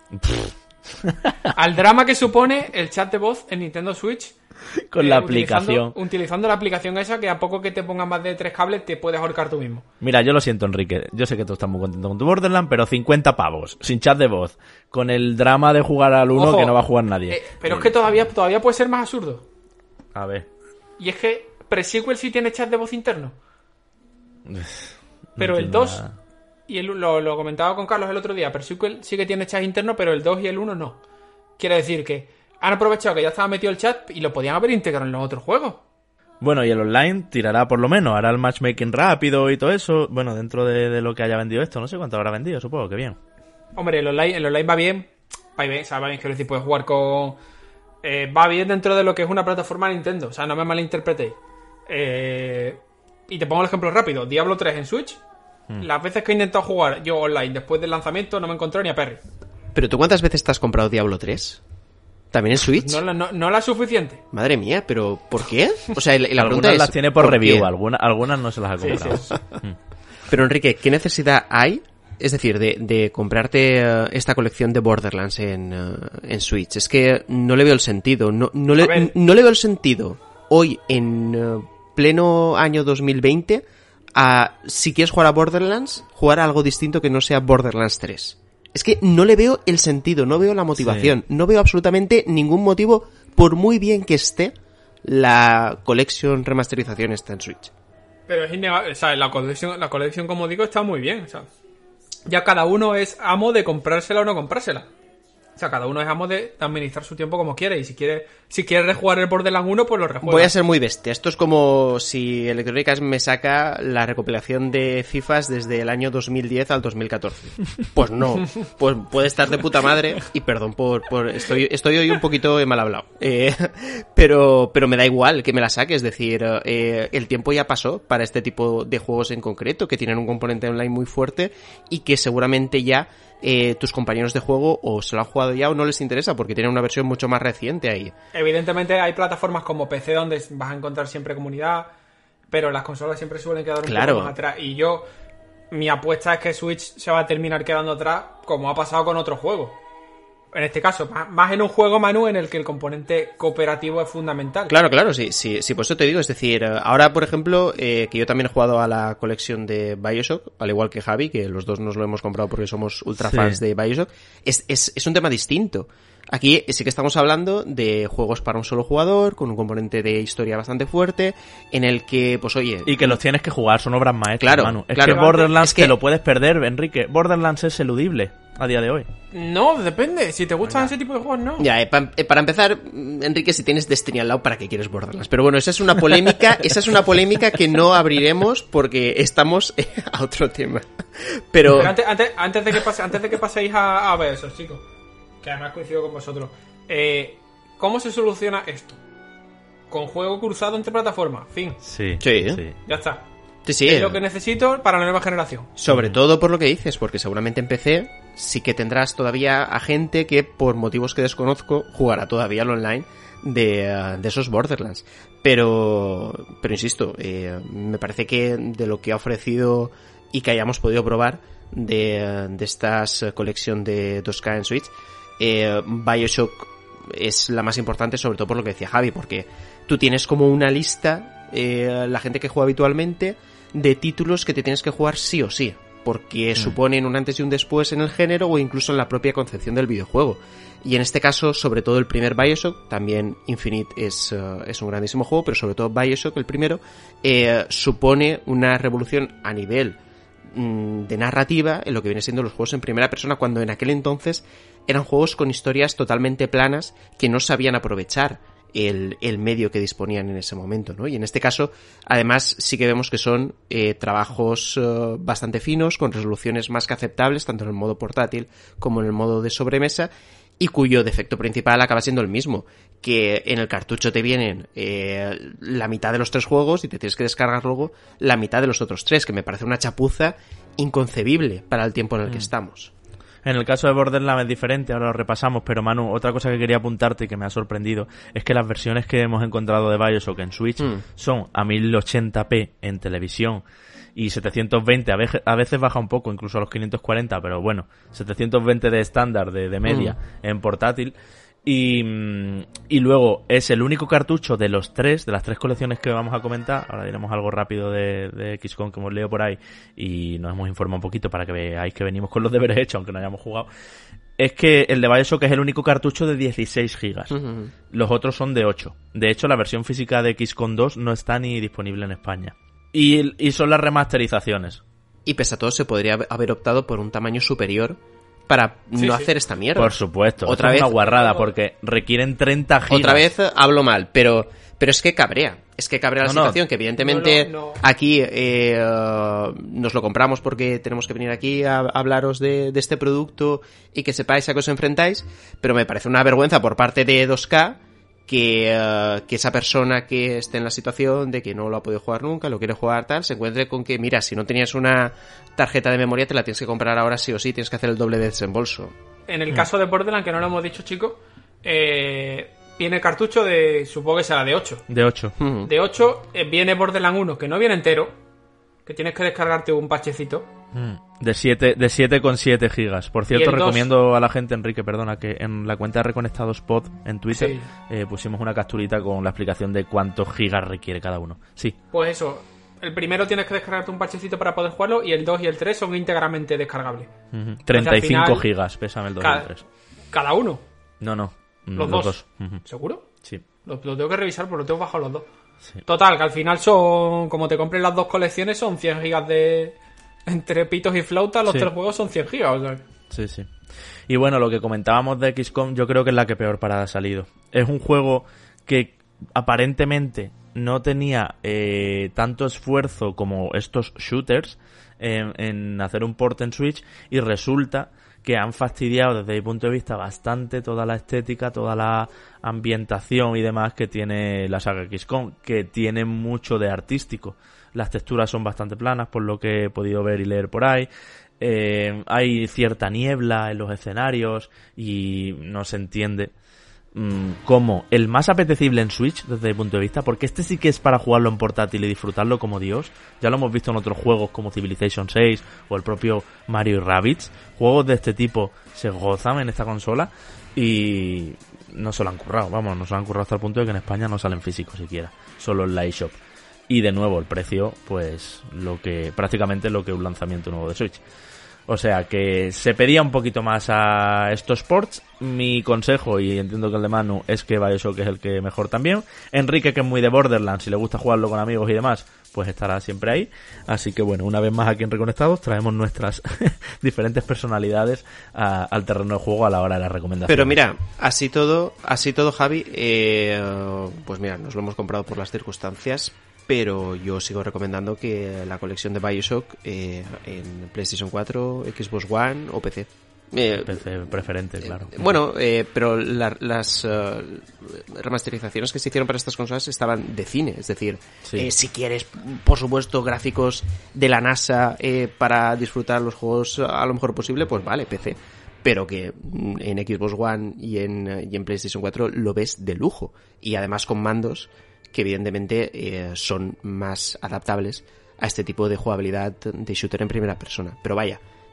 Al drama que supone el chat de voz en Nintendo Switch.
Con la aplicación.
Utilizando la aplicación esa, que a poco que te pongan más de 3 cables te puedes ahorcar tú mismo.
Mira, yo lo siento, Enrique. Yo sé que tú estás muy contento con tu Borderlands, pero 50 pavos, sin chat de voz, con el drama de jugar al 1 que no va a jugar nadie.
Pero es que todavía puede ser más absurdo.
A ver.
Y es que Pre-Sequel sí tiene chat de voz interno. Pero el
entiendo
2...
nada.
Y lo comentaba con Carlos el otro día. Pre-Sequel sí que tiene chat interno, pero el 2 y el 1 no. Quiere decir que han aprovechado que ya estaba metido el chat y lo podían haber integrado en los otros juegos.
Bueno, y el online tirará por lo menos, hará el matchmaking rápido y todo eso. Bueno, dentro de lo que haya vendido esto, no sé cuánto habrá vendido, supongo que bien.
Hombre, el online va bien. Va bien, quiero decir, puedes jugar con... va bien dentro de lo que es una plataforma Nintendo. O sea, no me malinterpretéis. Y te pongo el ejemplo rápido. Diablo 3 en Switch. Las veces que he intentado jugar yo online después del lanzamiento no me encontré ni a Perry.
¿Pero tú cuántas veces te has comprado Diablo 3? ¿También en Switch?
No la suficiente.
Madre mía, pero ¿por qué? O sea, la pregunta
Algunas
es...
las tiene por
¿por
review,
qué?
algunas no se las ha comprado.
Sí.
Pero Enrique, ¿qué necesidad hay? Es decir, de comprarte esta colección de Borderlands en Switch. Es que no le veo el sentido. No le veo el sentido hoy, en pleno año 2020, a, si quieres jugar a Borderlands, jugar a algo distinto que no sea Borderlands 3. Es que no le veo el sentido, no veo la motivación, no veo absolutamente ningún motivo, por muy bien que esté la Collection remasterización está en Switch.
Pero es innegable, o sea, la colección, como digo, está muy bien, o sea, ya cada uno es amo de comprársela o no comprársela. O sea, cada uno es amo de administrar su tiempo como quiere, y si quiere rejugar el Borderlands 1, pues lo rejuega.
Voy a ser muy bestia. Esto es como si Electronic Arts me saca la recopilación de FIFAs desde el año 2010 al 2014. Pues no, pues puede estar de puta madre, y perdón estoy hoy un poquito mal hablado. Pero me da igual que me la saque, es decir, el tiempo ya pasó para este tipo de juegos en concreto, que tienen un componente online muy fuerte y que seguramente ya tus compañeros de juego o se lo han jugado ya o no les interesa porque tienen una versión mucho más reciente ahí.
Evidentemente hay plataformas como PC donde vas a encontrar siempre comunidad, pero las consolas siempre suelen quedar un poco más atrás, y mi apuesta es que Switch se va a terminar quedando atrás, como ha pasado con otros juegos. En este caso, más en un juego, Manu, en el que el componente cooperativo es fundamental.
Claro, sí, por eso te digo, es decir, ahora, por ejemplo, que yo también he jugado a la colección de Bioshock, al igual que Javi, que los dos nos lo hemos comprado porque somos ultra fans de Bioshock, es un tema distinto. Aquí sí que estamos hablando de juegos para un solo jugador, con un componente de historia bastante fuerte, en el que, pues oye...
Y que los tienes que jugar, son obras maestras,
claro,
Manu. Es
claro.
que Borderlands
Es que...
te lo puedes perder, Enrique. Borderlands es eludible a día de hoy.
No, depende. Si te gustan ese tipo de juegos, no.
Ya, para empezar, Enrique, si tienes Destiny al lado, ¿para qué quieres Borderlands? Pero bueno, esa es una polémica que no abriremos porque estamos a otro tema. Pero
antes de que paséis a ver eso, chicos, que además coincido con vosotros, ¿cómo se soluciona esto? Con juego cruzado entre plataformas, fin.
Sí.
Ya está.
Sí.
Es lo que necesito para la nueva generación.
Sobre todo por lo que dices, porque seguramente en PC sí que tendrás todavía a gente que, por motivos que desconozco, jugará todavía al online de esos Borderlands. Pero insisto, me parece que de lo que ha ofrecido y que hayamos podido probar de estas colección de 2K en Switch, Bioshock es la más importante, sobre todo por lo que decía Javi, porque tú tienes como una lista, la gente que juega habitualmente, de títulos que te tienes que jugar sí o sí, porque suponen un antes y un después en el género o incluso en la propia concepción del videojuego. Y en este caso, sobre todo el primer Bioshock, también Infinite es un grandísimo juego, pero sobre todo Bioshock, el primero, supone una revolución a nivel de narrativa en lo que viene siendo los juegos en primera persona, cuando en aquel entonces eran juegos con historias totalmente planas que no sabían aprovechar el medio que disponían en ese momento, ¿no? Y en este caso, además, sí que vemos que son trabajos bastante finos, con resoluciones más que aceptables, tanto en el modo portátil como en el modo de sobremesa, y cuyo defecto principal acaba siendo el mismo, que en el cartucho te vienen la mitad de los 3 juegos y te tienes que descargar luego la mitad de los otros 3, que me parece una chapuza inconcebible para el tiempo en el que estamos.
En el caso de Borderlands es diferente, ahora lo repasamos, pero Manu, otra cosa que quería apuntarte y que me ha sorprendido es que las versiones que hemos encontrado de Bioshock en Switch son a 1080p en televisión y 720, a veces baja un poco, incluso a los 540, pero bueno, 720 de estándar, de media, en portátil. Y luego es el único cartucho de los 3, de las 3 colecciones que vamos a comentar. Ahora diremos algo rápido de XCOM que hemos leído por ahí y nos hemos informado un poquito para que veáis que venimos con los deberes hechos, aunque no hayamos jugado. Es que el de Bioshock es el único cartucho de 16 gigas. Los otros son de 8. De hecho, la versión física de XCOM 2 no está ni disponible en España. Y son las remasterizaciones.
Y pese a todo, se podría haber optado por un tamaño superior para no hacer esta mierda.
Por supuesto. Otra vez, es una guarrada, porque requieren 30 gigas.
Otra vez hablo mal, pero es que cabrea. Es que cabrea la situación, que evidentemente aquí nos lo compramos porque tenemos que venir aquí a hablaros de este producto y que sepáis a qué os enfrentáis, pero me parece una vergüenza por parte de 2K que esa persona que esté en la situación de que no lo ha podido jugar nunca, lo quiere jugar tal, se encuentre con que, mira, si no tenías una tarjeta de memoria te la tienes que comprar ahora sí o sí, tienes que hacer el doble de desembolso.
En el caso de Borderlands, que no lo hemos dicho, chicos, viene cartucho de, supongo que será de 8.
De 8.
De 8 viene Borderlands 1, que no viene entero, que tienes que descargarte un parchecito.
De 7,7 gigas. Por cierto, recomiendo a la gente, Enrique, perdona, que en la cuenta de Reconectados Pod en Twitter pusimos una capturita con la explicación de cuántos gigas requiere cada uno. Sí.
Pues eso, el primero tienes que descargarte un parchecito para poder jugarlo y el 2 y el 3 son íntegramente descargables.
35 final, gigas pesan el 2 y el 3.
¿Cada uno?
No.
Los dos. ¿Seguro?
Sí.
Lo tengo que revisar porque lo tengo bajado los dos.
Sí.
Total, que al final son, como te compres las 2 colecciones, son 100 gigas de... Entre pitos y flautas, los 3 juegos son 100 gigas, o sea.
Sí. Y bueno, lo que comentábamos de XCOM, yo creo que es la que peor parada ha salido. Es un juego que aparentemente no tenía tanto esfuerzo como estos shooters en hacer un port en Switch, y resulta que han fastidiado desde mi punto de vista bastante toda la estética, toda la ambientación y demás que tiene la saga XCOM, que tiene mucho de artístico. Las texturas son bastante planas, por lo que he podido ver y leer por ahí. Hay cierta niebla en los escenarios y no se entiende como el más apetecible en Switch desde mi punto de vista, porque este sí que es para jugarlo en portátil y disfrutarlo como Dios. Ya lo hemos visto en otros juegos como Civilization 6 o el propio Mario y Rabbids. Juegos de este tipo se gozan en esta consola y no se lo han currado, no se lo han currado hasta el punto de que en España no salen físicos siquiera, solo en la eShop. Y de nuevo el precio, pues prácticamente lo que un lanzamiento nuevo de Switch. O sea que se pedía un poquito más a estos ports. Mi consejo, y entiendo que el de Manu, es que Bioshock es el que mejor también. Enrique, que es muy de Borderlands, si le gusta jugarlo con amigos y demás, pues estará siempre ahí. Así que bueno, una vez más aquí en Reconectados traemos nuestras diferentes personalidades al terreno de juego a la hora de la recomendación.
Pero mira, así todo Javi, pues mira, nos lo hemos comprado por las circunstancias, pero yo sigo recomendando que la colección de Bioshock en PlayStation 4, Xbox One o PC.
PC preferente, claro.
Bueno, pero las remasterizaciones que se hicieron para estas consolas estaban de cine, es decir, si quieres, por supuesto, gráficos de la NASA para disfrutar los juegos a lo mejor posible, pues vale, PC. Pero que en Xbox One y en PlayStation 4 lo ves de lujo. Y además con mandos que evidentemente son más adaptables a este tipo de jugabilidad de shooter en primera persona. Pero vaya,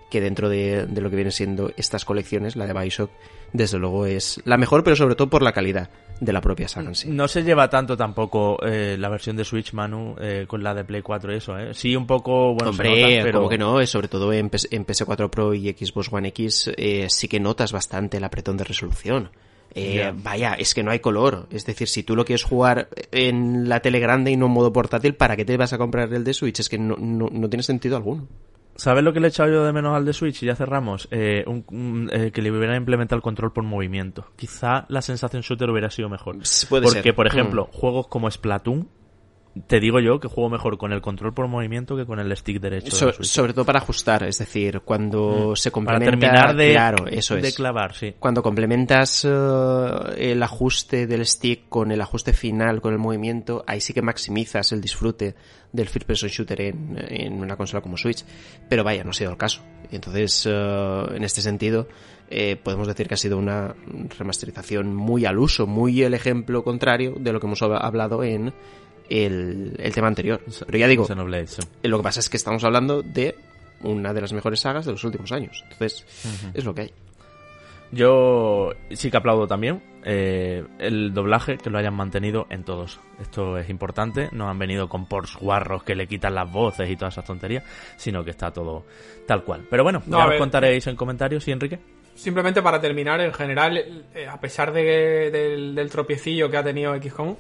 que dentro de lo que vienen siendo estas colecciones, la de Bioshock, desde luego es la mejor, pero sobre todo por la calidad de la propia saga en sí.
No se lleva tanto tampoco la versión de Switch, Manu, con la de Play 4 y eso, ¿eh? Sí, un poco, bueno,
hombre,
se nota, pero...
como que no, sobre todo en PS4 Pro y Xbox One X sí que notas bastante el apretón de resolución. Vaya, es que no hay color. Es decir, si tú lo quieres jugar en la tele grande y no en modo portátil, ¿para qué te vas a comprar el de Switch? Es que no tiene sentido alguno.
¿Sabes lo que le he echado yo de menos al de Switch? Y ya cerramos. Que le hubieran implementado el control por movimiento. Quizá la sensación shooter hubiera sido mejor.
Puede
Porque,
ser.
por ejemplo, juegos como Splatoon, te digo yo que juego mejor con el control por movimiento que con el stick derecho. de la Switch.
Sobre todo para ajustar, es decir, cuando se complementa...
Para terminar
claro, eso es.
de clavar, sí.
Cuando complementas el ajuste del stick con el ajuste final, con el movimiento, ahí sí que maximizas el disfrute del first person shooter en una consola como Switch. Pero vaya, no ha sido el caso. Y entonces, en este sentido, podemos decir que ha sido una remasterización muy al uso, muy el ejemplo contrario de lo que hemos hablado en el tema anterior. Pero ya digo,
Xenoblade, sí.
lo que pasa es que estamos hablando de una de las mejores sagas de los últimos años. Entonces, es lo que hay.
Yo sí que aplaudo también el doblaje, que lo hayan mantenido en todos. Esto es importante. No han venido con ports guarros que le quitan las voces y todas esas tonterías, sino que está todo tal cual. Pero bueno, ya os contaréis en comentarios, ¿sí, Enrique?
Simplemente para terminar, en general, a pesar del tropiecillo que ha tenido XCOM,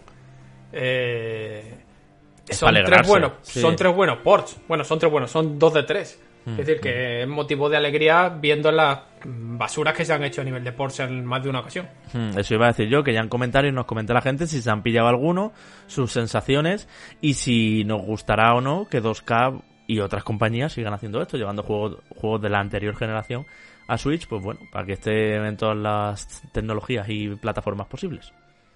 son tres buenos ports. Bueno, son 2 de 3. Es decir, que es motivo de alegría viendo las basuras que se han hecho a nivel de ports en más de una ocasión.
Eso iba a decir yo, que ya en comentarios nos comenta la gente si se han pillado alguno, sus sensaciones y si nos gustará o no que 2K y otras compañías sigan haciendo esto, llevando juegos de la anterior generación a Switch, pues bueno, para que esté en todas las tecnologías y plataformas posibles.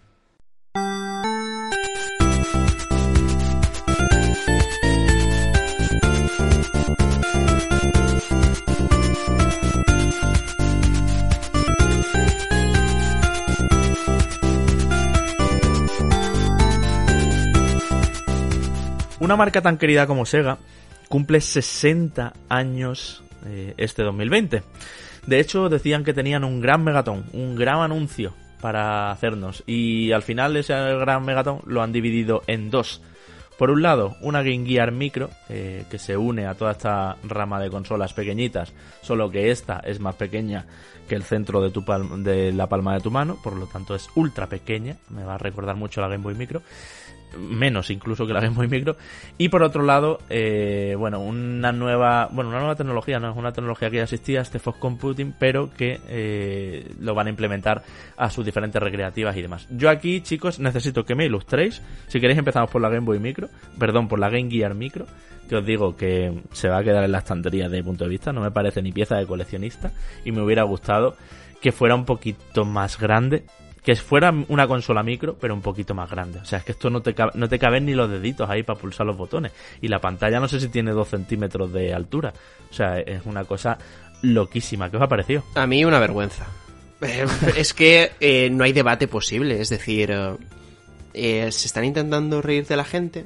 Una marca tan querida como Sega cumple 60 años este 2020. De hecho, decían que tenían un gran megatón, un gran anuncio para hacernos. Y al final ese gran megatón lo han dividido en dos. Por un lado, una Game Gear Micro, que se une a toda esta rama de consolas pequeñitas, solo que esta es más pequeña que el centro de la palma de tu mano, por lo tanto es ultra pequeña, me va a recordar mucho a la Game Boy Micro, menos incluso que la Game Boy Micro. Y por otro lado, una nueva tecnología, no es una tecnología que ya existía, este Fox Computing, pero que lo van a implementar a sus diferentes recreativas y demás. Yo aquí, chicos, necesito que me ilustréis. Si queréis empezamos por la Game Boy Micro, por la Game Gear Micro, que os digo que se va a quedar en la estantería desde mi punto de vista, no me parece ni pieza de coleccionista y me hubiera gustado que fuera un poquito más grande. Que fuera una consola micro, pero un poquito más grande. O sea, es que esto no te caben ni los deditos ahí para pulsar los botones. Y la pantalla no sé si tiene 2 centímetros de altura. O sea, es una cosa loquísima. ¿Qué os ha parecido?
A mí una vergüenza. Es que no hay debate posible. Es decir, se están intentando reír de la gente.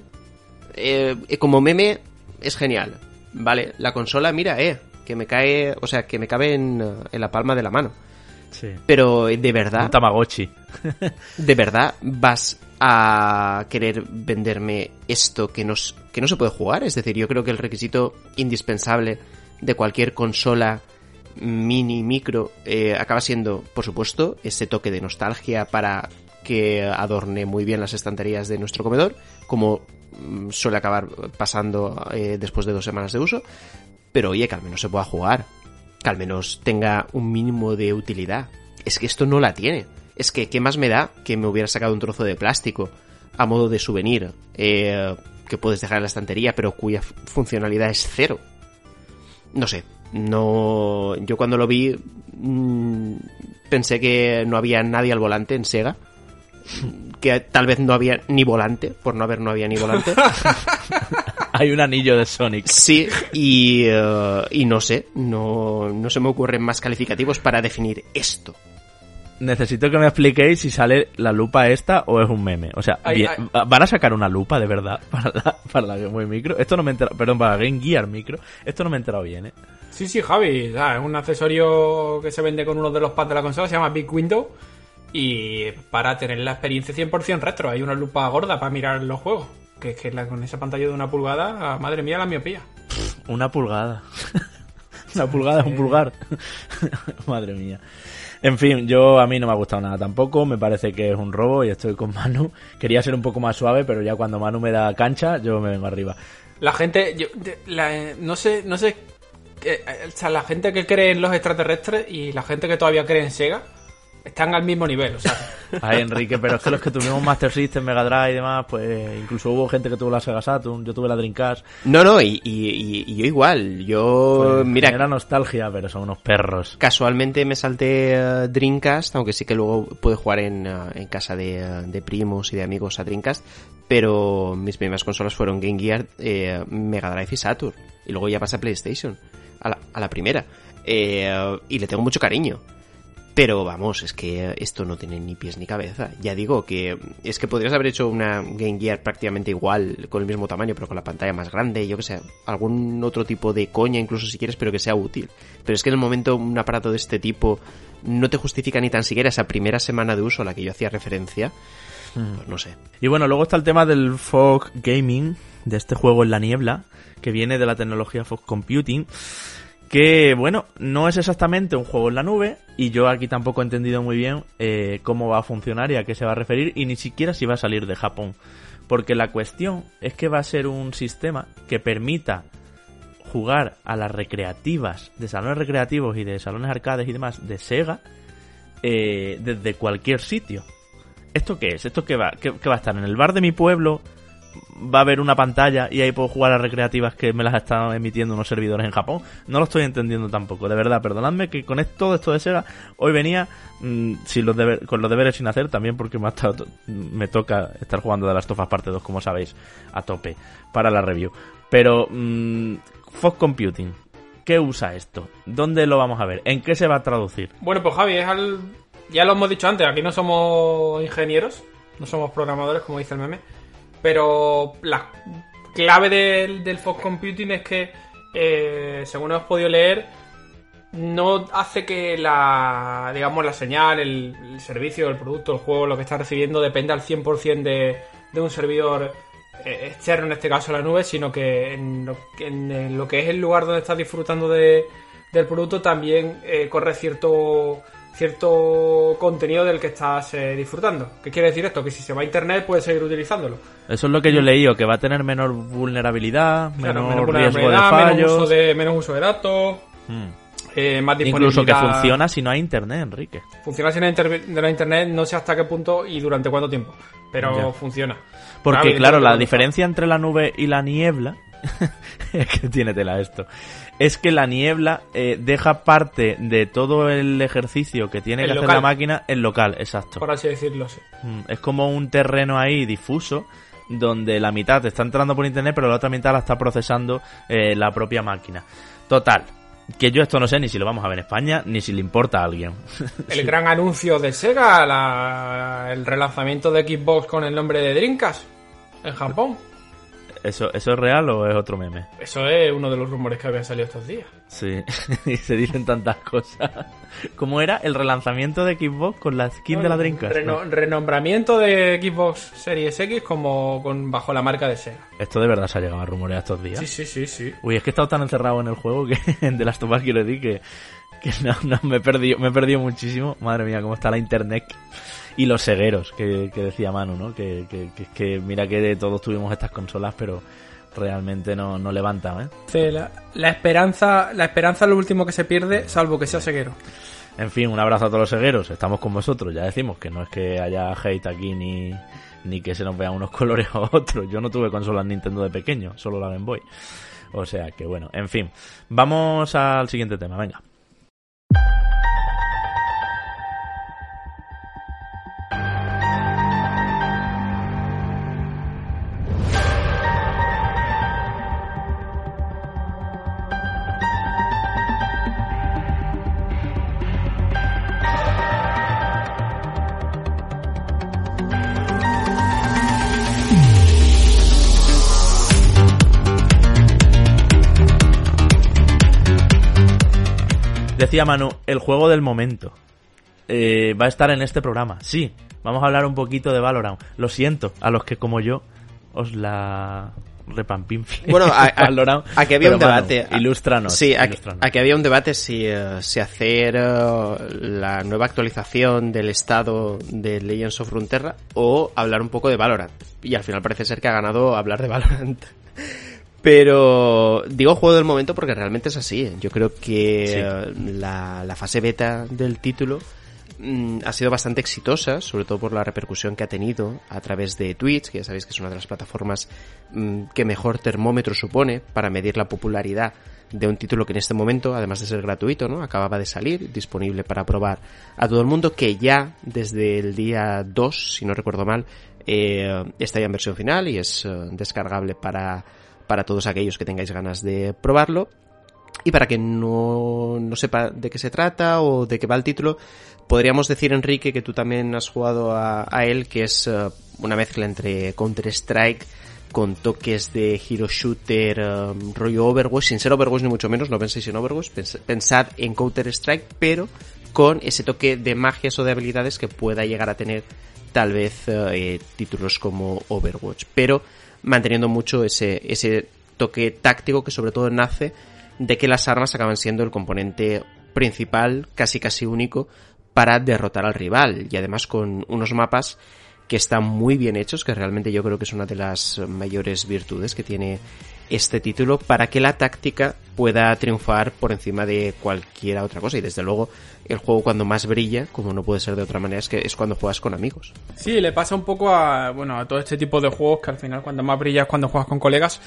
Como meme es genial. Vale, la consola, mira, que me cae... O sea, que me cabe en la palma de la mano.
Sí.
Pero de verdad,
un Tamagotchi.
¿De verdad vas a querer venderme esto que no se puede jugar? Es decir, yo creo que el requisito indispensable de cualquier consola mini, micro, acaba siendo, por supuesto, ese toque de nostalgia para que adorne muy bien las estanterías de nuestro comedor, como suele acabar pasando después de 2 semanas de uso. Pero oye, que al menos se pueda jugar, que al menos tenga un mínimo de utilidad. Es que esto no la tiene. Es que, ¿qué más me da que me hubiera sacado un trozo de plástico a modo de souvenir que puedes dejar en la estantería, pero cuya funcionalidad es cero? No sé. Yo cuando lo vi pensé que no había nadie al volante en Sega. Que tal vez no había ni volante, no había ni volante.
Hay un anillo de Sonic.
Sí, y no sé, no se me ocurren más calificativos para definir esto.
Necesito que me expliquéis si sale la lupa esta o es un meme. O sea, ¿van a sacar una lupa de verdad para la Game Boy Micro? Esto no me he enterado, perdón, para la Game Gear Micro. Esto no me he enterado bien, ¿eh?
Sí, Javi, o sea, es un accesorio que se vende con uno de los pads de la consola, se llama Big Window, y para tener la experiencia 100% retro, hay una lupa gorda para mirar los juegos, que es que con esa pantalla de 1 pulgada, madre mía, la miopía.
1 pulgada. 1 pulgada es un pulgar. Madre mía. En fin, a mí no me ha gustado nada tampoco, me parece que es un robo y estoy con Manu. Quería ser un poco más suave, pero ya cuando Manu me da cancha, yo me vengo arriba.
La gente, no sé, o sea, la gente que cree en los extraterrestres y la gente que todavía cree en Sega están al mismo nivel, o sea.
Ay, Enrique, pero es que los que tuvimos Master System, Mega Drive y demás, pues incluso hubo gente que tuvo la Sega Saturn, yo tuve la Dreamcast.
No, y yo igual,
Pues,
mira,
era nostalgia, pero son unos perros.
casualmente me salté Dreamcast, aunque sí que luego pude jugar en casa de primos y de amigos a Dreamcast, pero mis primeras consolas fueron Game Gear, Mega Drive y Saturn, y luego ya pasé a PlayStation, a la primera, y le tengo mucho cariño. Pero vamos, es que esto no tiene ni pies ni cabeza. Ya digo que es que podrías haber hecho una Game Gear prácticamente igual, con el mismo tamaño, pero con la pantalla más grande, yo que sé, algún otro tipo de coña incluso si quieres, pero que sea útil. Pero es que en el momento un aparato de este tipo no te justifica ni tan siquiera esa primera semana de uso a la que yo hacía referencia. Pues no sé.
Y bueno, luego está el tema del fog gaming, de este juego en la niebla, que viene de la tecnología fog computing, que bueno, no es exactamente un juego en la nube, y yo aquí tampoco he entendido muy bien cómo va a funcionar y a qué se va a referir, y ni siquiera si va a salir de Japón, porque la cuestión es que va a ser un sistema que permita jugar a las recreativas de salones recreativos y de salones arcades y demás de Sega desde cualquier sitio. ¿Esto qué es? ¿Esto qué va a estar en el bar de mi pueblo? ¿Va a haber una pantalla y ahí puedo jugar a recreativas que me las están emitiendo unos servidores en Japón? No lo estoy entendiendo tampoco, de verdad, perdonadme que con todo esto de Sega hoy venía con los deberes sin hacer, también porque me toca estar jugando The Last of Us Parte 2, como sabéis, a tope para la review. Pero Fog Computing, ¿qué usa esto? ¿Dónde lo vamos a ver? ¿En qué se va a traducir?
Bueno, pues Javi, ya lo hemos dicho antes, aquí no somos ingenieros, no somos programadores, como dice el meme. Pero la clave del fog computing es que, según hemos podido leer, no hace que la señal, el servicio, el producto, el juego, lo que está recibiendo dependa al 100% de un servidor externo, en este caso la nube, sino que en lo que es el lugar donde estás disfrutando del producto también corre cierto contenido del que estás disfrutando. ¿Qué quiere decir esto? Que si se va a internet puedes seguir utilizándolo.
Eso es lo que yo he leído, que va a tener menor vulnerabilidad,
claro,
menor riesgo de fallos,
menos uso de datos, más disponibilidad.
Incluso que funciona si no hay internet, Enrique.
Funciona si no hay internet, no sé hasta qué punto y durante cuánto tiempo, pero ya funciona.
Porque claro, la diferencia entre la nube y la niebla es que tiene tela esto. Es que la niebla deja parte de todo el ejercicio que tiene que hacer la máquina en local, exacto.
Por así decirlo, sí.
Es como un terreno ahí difuso, donde la mitad está entrando por internet, pero la otra mitad la está procesando la propia máquina. Total, que yo esto no sé ni si lo vamos a ver en España, ni si le importa a alguien.
El gran anuncio de Sega, el relanzamiento de Xbox con el nombre de Dreamcast en Japón.
¿Eso es real o es otro meme?
Eso es uno de los rumores que habían salido estos días.
Sí, y se dicen tantas cosas. ¿Cómo era el relanzamiento de Xbox con la skin de la Dreamcast?
Renombramiento de Xbox Series X bajo la marca de Sega.
Esto de verdad se ha llegado a rumorear estos días.
Sí.
Uy, es que he estado tan encerrado en el juego que en The Last of Us quiero decir que no me he perdido muchísimo. Madre mía, cómo está la internet. Y los cegueros, que decía Manu, ¿no? Que mira que todos tuvimos estas consolas, pero realmente no levantan, ¿eh?
Sí, la esperanza es lo último que se pierde, salvo que sea ceguero.
En fin, un abrazo a todos los cegueros. Estamos con vosotros. Ya decimos que no es que haya hate aquí ni que se nos vean unos colores a otros. Yo no tuve consolas Nintendo de pequeño, solo la Game Boy. O sea que bueno, en fin. Vamos al siguiente tema, venga. Decía Manu, el juego del momento. Va a estar en este programa. Sí, vamos a hablar un poquito de Valorant. Lo siento a los que como yo os la repampinfle.
Bueno,
Valorant.
aquí había un
Manu,
debate.
Ilústranos.
Sí,
ilústranos.
aquí había un debate si hacer la nueva actualización del estado de Legends of Runeterra o hablar un poco de Valorant. Y al final parece ser que ha ganado hablar de Valorant. Pero digo juego del momento porque realmente es así. Yo creo que la fase beta del título ha sido bastante exitosa, sobre todo por la repercusión que ha tenido a través de Twitch, que ya sabéis que es una de las plataformas que mejor termómetro supone para medir la popularidad de un título que en este momento, además de ser gratuito, ¿no?, acababa de salir, disponible para probar a todo el mundo, que ya desde el día 2, si no recuerdo mal, está ya en versión final y es descargable para todos aquellos que tengáis ganas de probarlo. Y para quien no sepa de qué se trata o de qué va el título, podríamos decir, Enrique, que tú también has jugado a él, que es una mezcla entre Counter-Strike con toques de hero shooter, rollo Overwatch, sin ser Overwatch ni mucho menos, no penséis en Overwatch, pensad en Counter-Strike, pero con ese toque de magias o de habilidades que pueda llegar a tener tal vez títulos como Overwatch, pero manteniendo mucho ese toque táctico que sobre todo nace de que las armas acaban siendo el componente principal, casi único, para derrotar al rival, y además con unos mapas que están muy bien hechos, que realmente yo creo que es una de las mayores virtudes que tiene este título para que la táctica pueda triunfar por encima de cualquier otra cosa. Y desde luego el juego cuando más brilla, como no puede ser de otra manera, es cuando juegas con amigos.
Sí, le pasa un poco a todo este tipo de juegos que al final cuando más brilla es cuando juegas con colegas.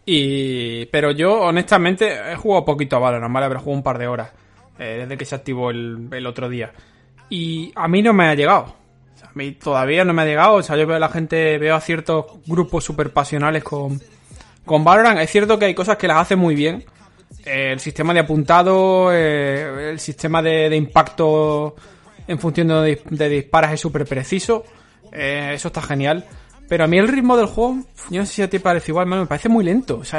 Pero yo honestamente he jugado poquito a Valorant, ¿vale? Habré jugado un par de horas desde que se activó el otro día. Y a mí no me ha llegado. O sea, a mí todavía no me ha llegado. O sea, yo veo a ciertos grupos súper pasionales con Valorant. Es cierto que hay cosas que las hace muy bien. El sistema de apuntado, el sistema de impacto en función de disparas es súper preciso. Eso está genial. Pero a mí el ritmo del juego, yo no sé si a ti parece igual, me parece muy lento. O sea,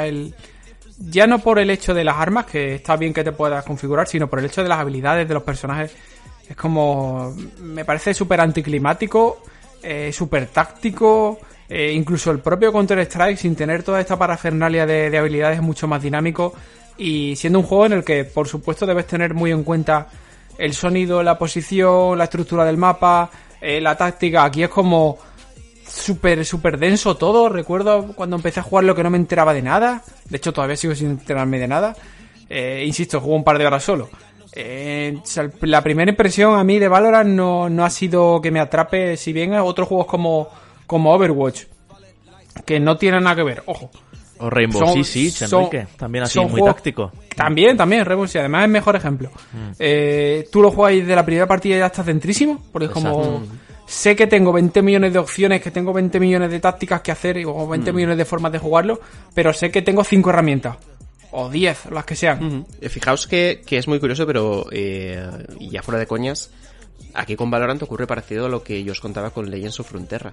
ya no por el hecho de las armas, que está bien que te puedas configurar, sino por el hecho de las habilidades de los personajes. Es como, me parece súper anticlimático, súper táctico. Incluso el propio Counter-Strike, sin tener toda esta parafernalia de habilidades, es mucho más dinámico. Y siendo un juego en el que, por supuesto, debes tener muy en cuenta el sonido, la posición, la estructura del mapa, la táctica. Aquí es como súper denso todo. Recuerdo cuando empecé a jugarlo que no me enteraba de nada. De hecho, todavía sigo sin enterarme de nada. Insisto, juego un par de horas solo. O sea, la primera impresión a mí de Valorant no ha sido que me atrape, si bien otros juegos como Overwatch, que no tienen nada que ver, ojo.
O Rainbow Six Siege, Enrique, también así, muy táctico. También, Rainbow Six, además es el mejor ejemplo. Tú lo juegas y de la primera partida ya estás dentrísimo, porque es como, sé que tengo 20 millones de opciones, que tengo 20 millones de tácticas que hacer, o 20 millones de formas de jugarlo, pero sé que tengo 5 herramientas. O 10, las que sean.
Fijaos que es muy curioso, pero y ya fuera de coñas, aquí con Valorant ocurre parecido a lo que yo os contaba con Legends of Runeterra.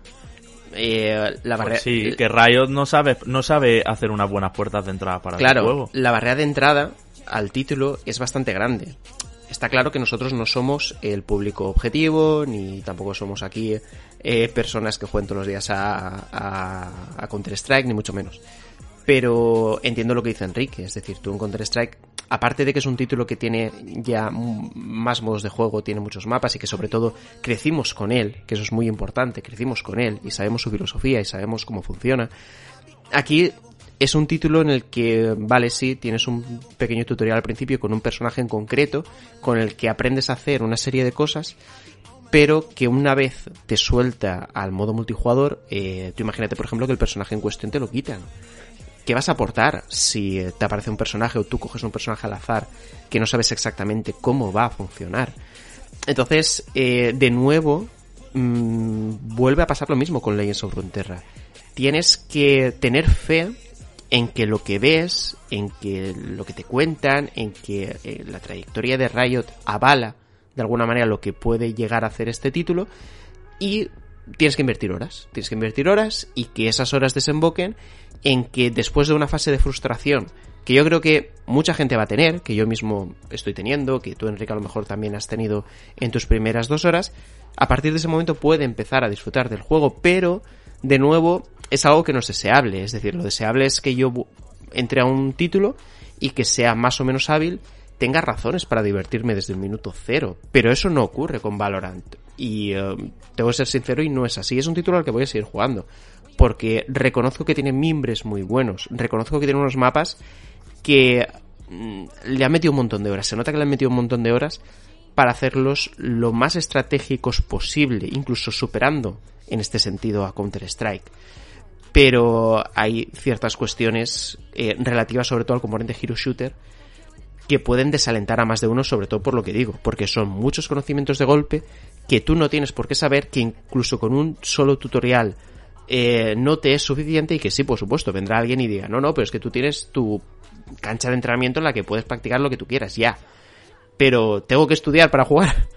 La barrera,
pues sí, que Riot no sabe hacer unas buenas puertas de entrada para el juego.
La barrera de entrada al título es bastante grande. Está claro que nosotros no somos el público objetivo, ni tampoco somos aquí personas que jueguen todos los días a Counter-Strike, ni mucho menos. Pero entiendo lo que dice Enrique, es decir, tú en Counter-Strike, aparte de que es un título que tiene ya más modos de juego, tiene muchos mapas y que sobre todo crecimos con él, que eso es muy importante, crecimos con él y sabemos su filosofía y sabemos cómo funciona. Aquí es un título en el que, vale, sí, tienes un pequeño tutorial al principio con un personaje en concreto, con el que aprendes a hacer una serie de cosas, pero que una vez te suelta al modo multijugador, tú imagínate, por ejemplo, que el personaje en cuestión te lo quitan. ¿Qué vas a aportar si te aparece un personaje o tú coges un personaje al azar que no sabes exactamente cómo va a funcionar? Entonces, de nuevo, vuelve a pasar lo mismo con Legends of Runeterra. Tienes que tener fe en que lo que ves, en que lo que te cuentan, en que la trayectoria de Riot avala de alguna manera lo que puede llegar a hacer este título, y tienes que invertir horas y que esas horas desemboquen en que después de una fase de frustración que yo creo que mucha gente va a tener, que yo mismo estoy teniendo, que tú, Enrique, a lo mejor también has tenido en tus primeras 2 horas, a partir de ese momento puede empezar a disfrutar del juego, pero, de nuevo, es algo que no es deseable. Es decir, lo deseable es que yo entre a un título y que sea más o menos hábil, tenga razones para divertirme desde el minuto 0, pero eso no ocurre con Valorant. Y tengo que ser sincero, y no es así. Es un título al que voy a seguir jugando, porque reconozco que tiene mimbres muy buenos, reconozco que tiene unos mapas que le han metido un montón de horas. Se nota que le han metido un montón de horas para hacerlos lo más estratégicos posible, incluso superando en este sentido a Counter-Strike. Pero hay ciertas cuestiones relativas sobre todo al componente Hero Shooter que pueden desalentar a más de uno, sobre todo por lo que digo, porque son muchos conocimientos de golpe que tú no tienes por qué saber, que incluso con un solo tutorial no te es suficiente, y que sí, por supuesto, vendrá alguien y diga, no, pero es que tú tienes tu cancha de entrenamiento en la que puedes practicar lo que tú quieras, ya. Pero tengo que estudiar para jugar.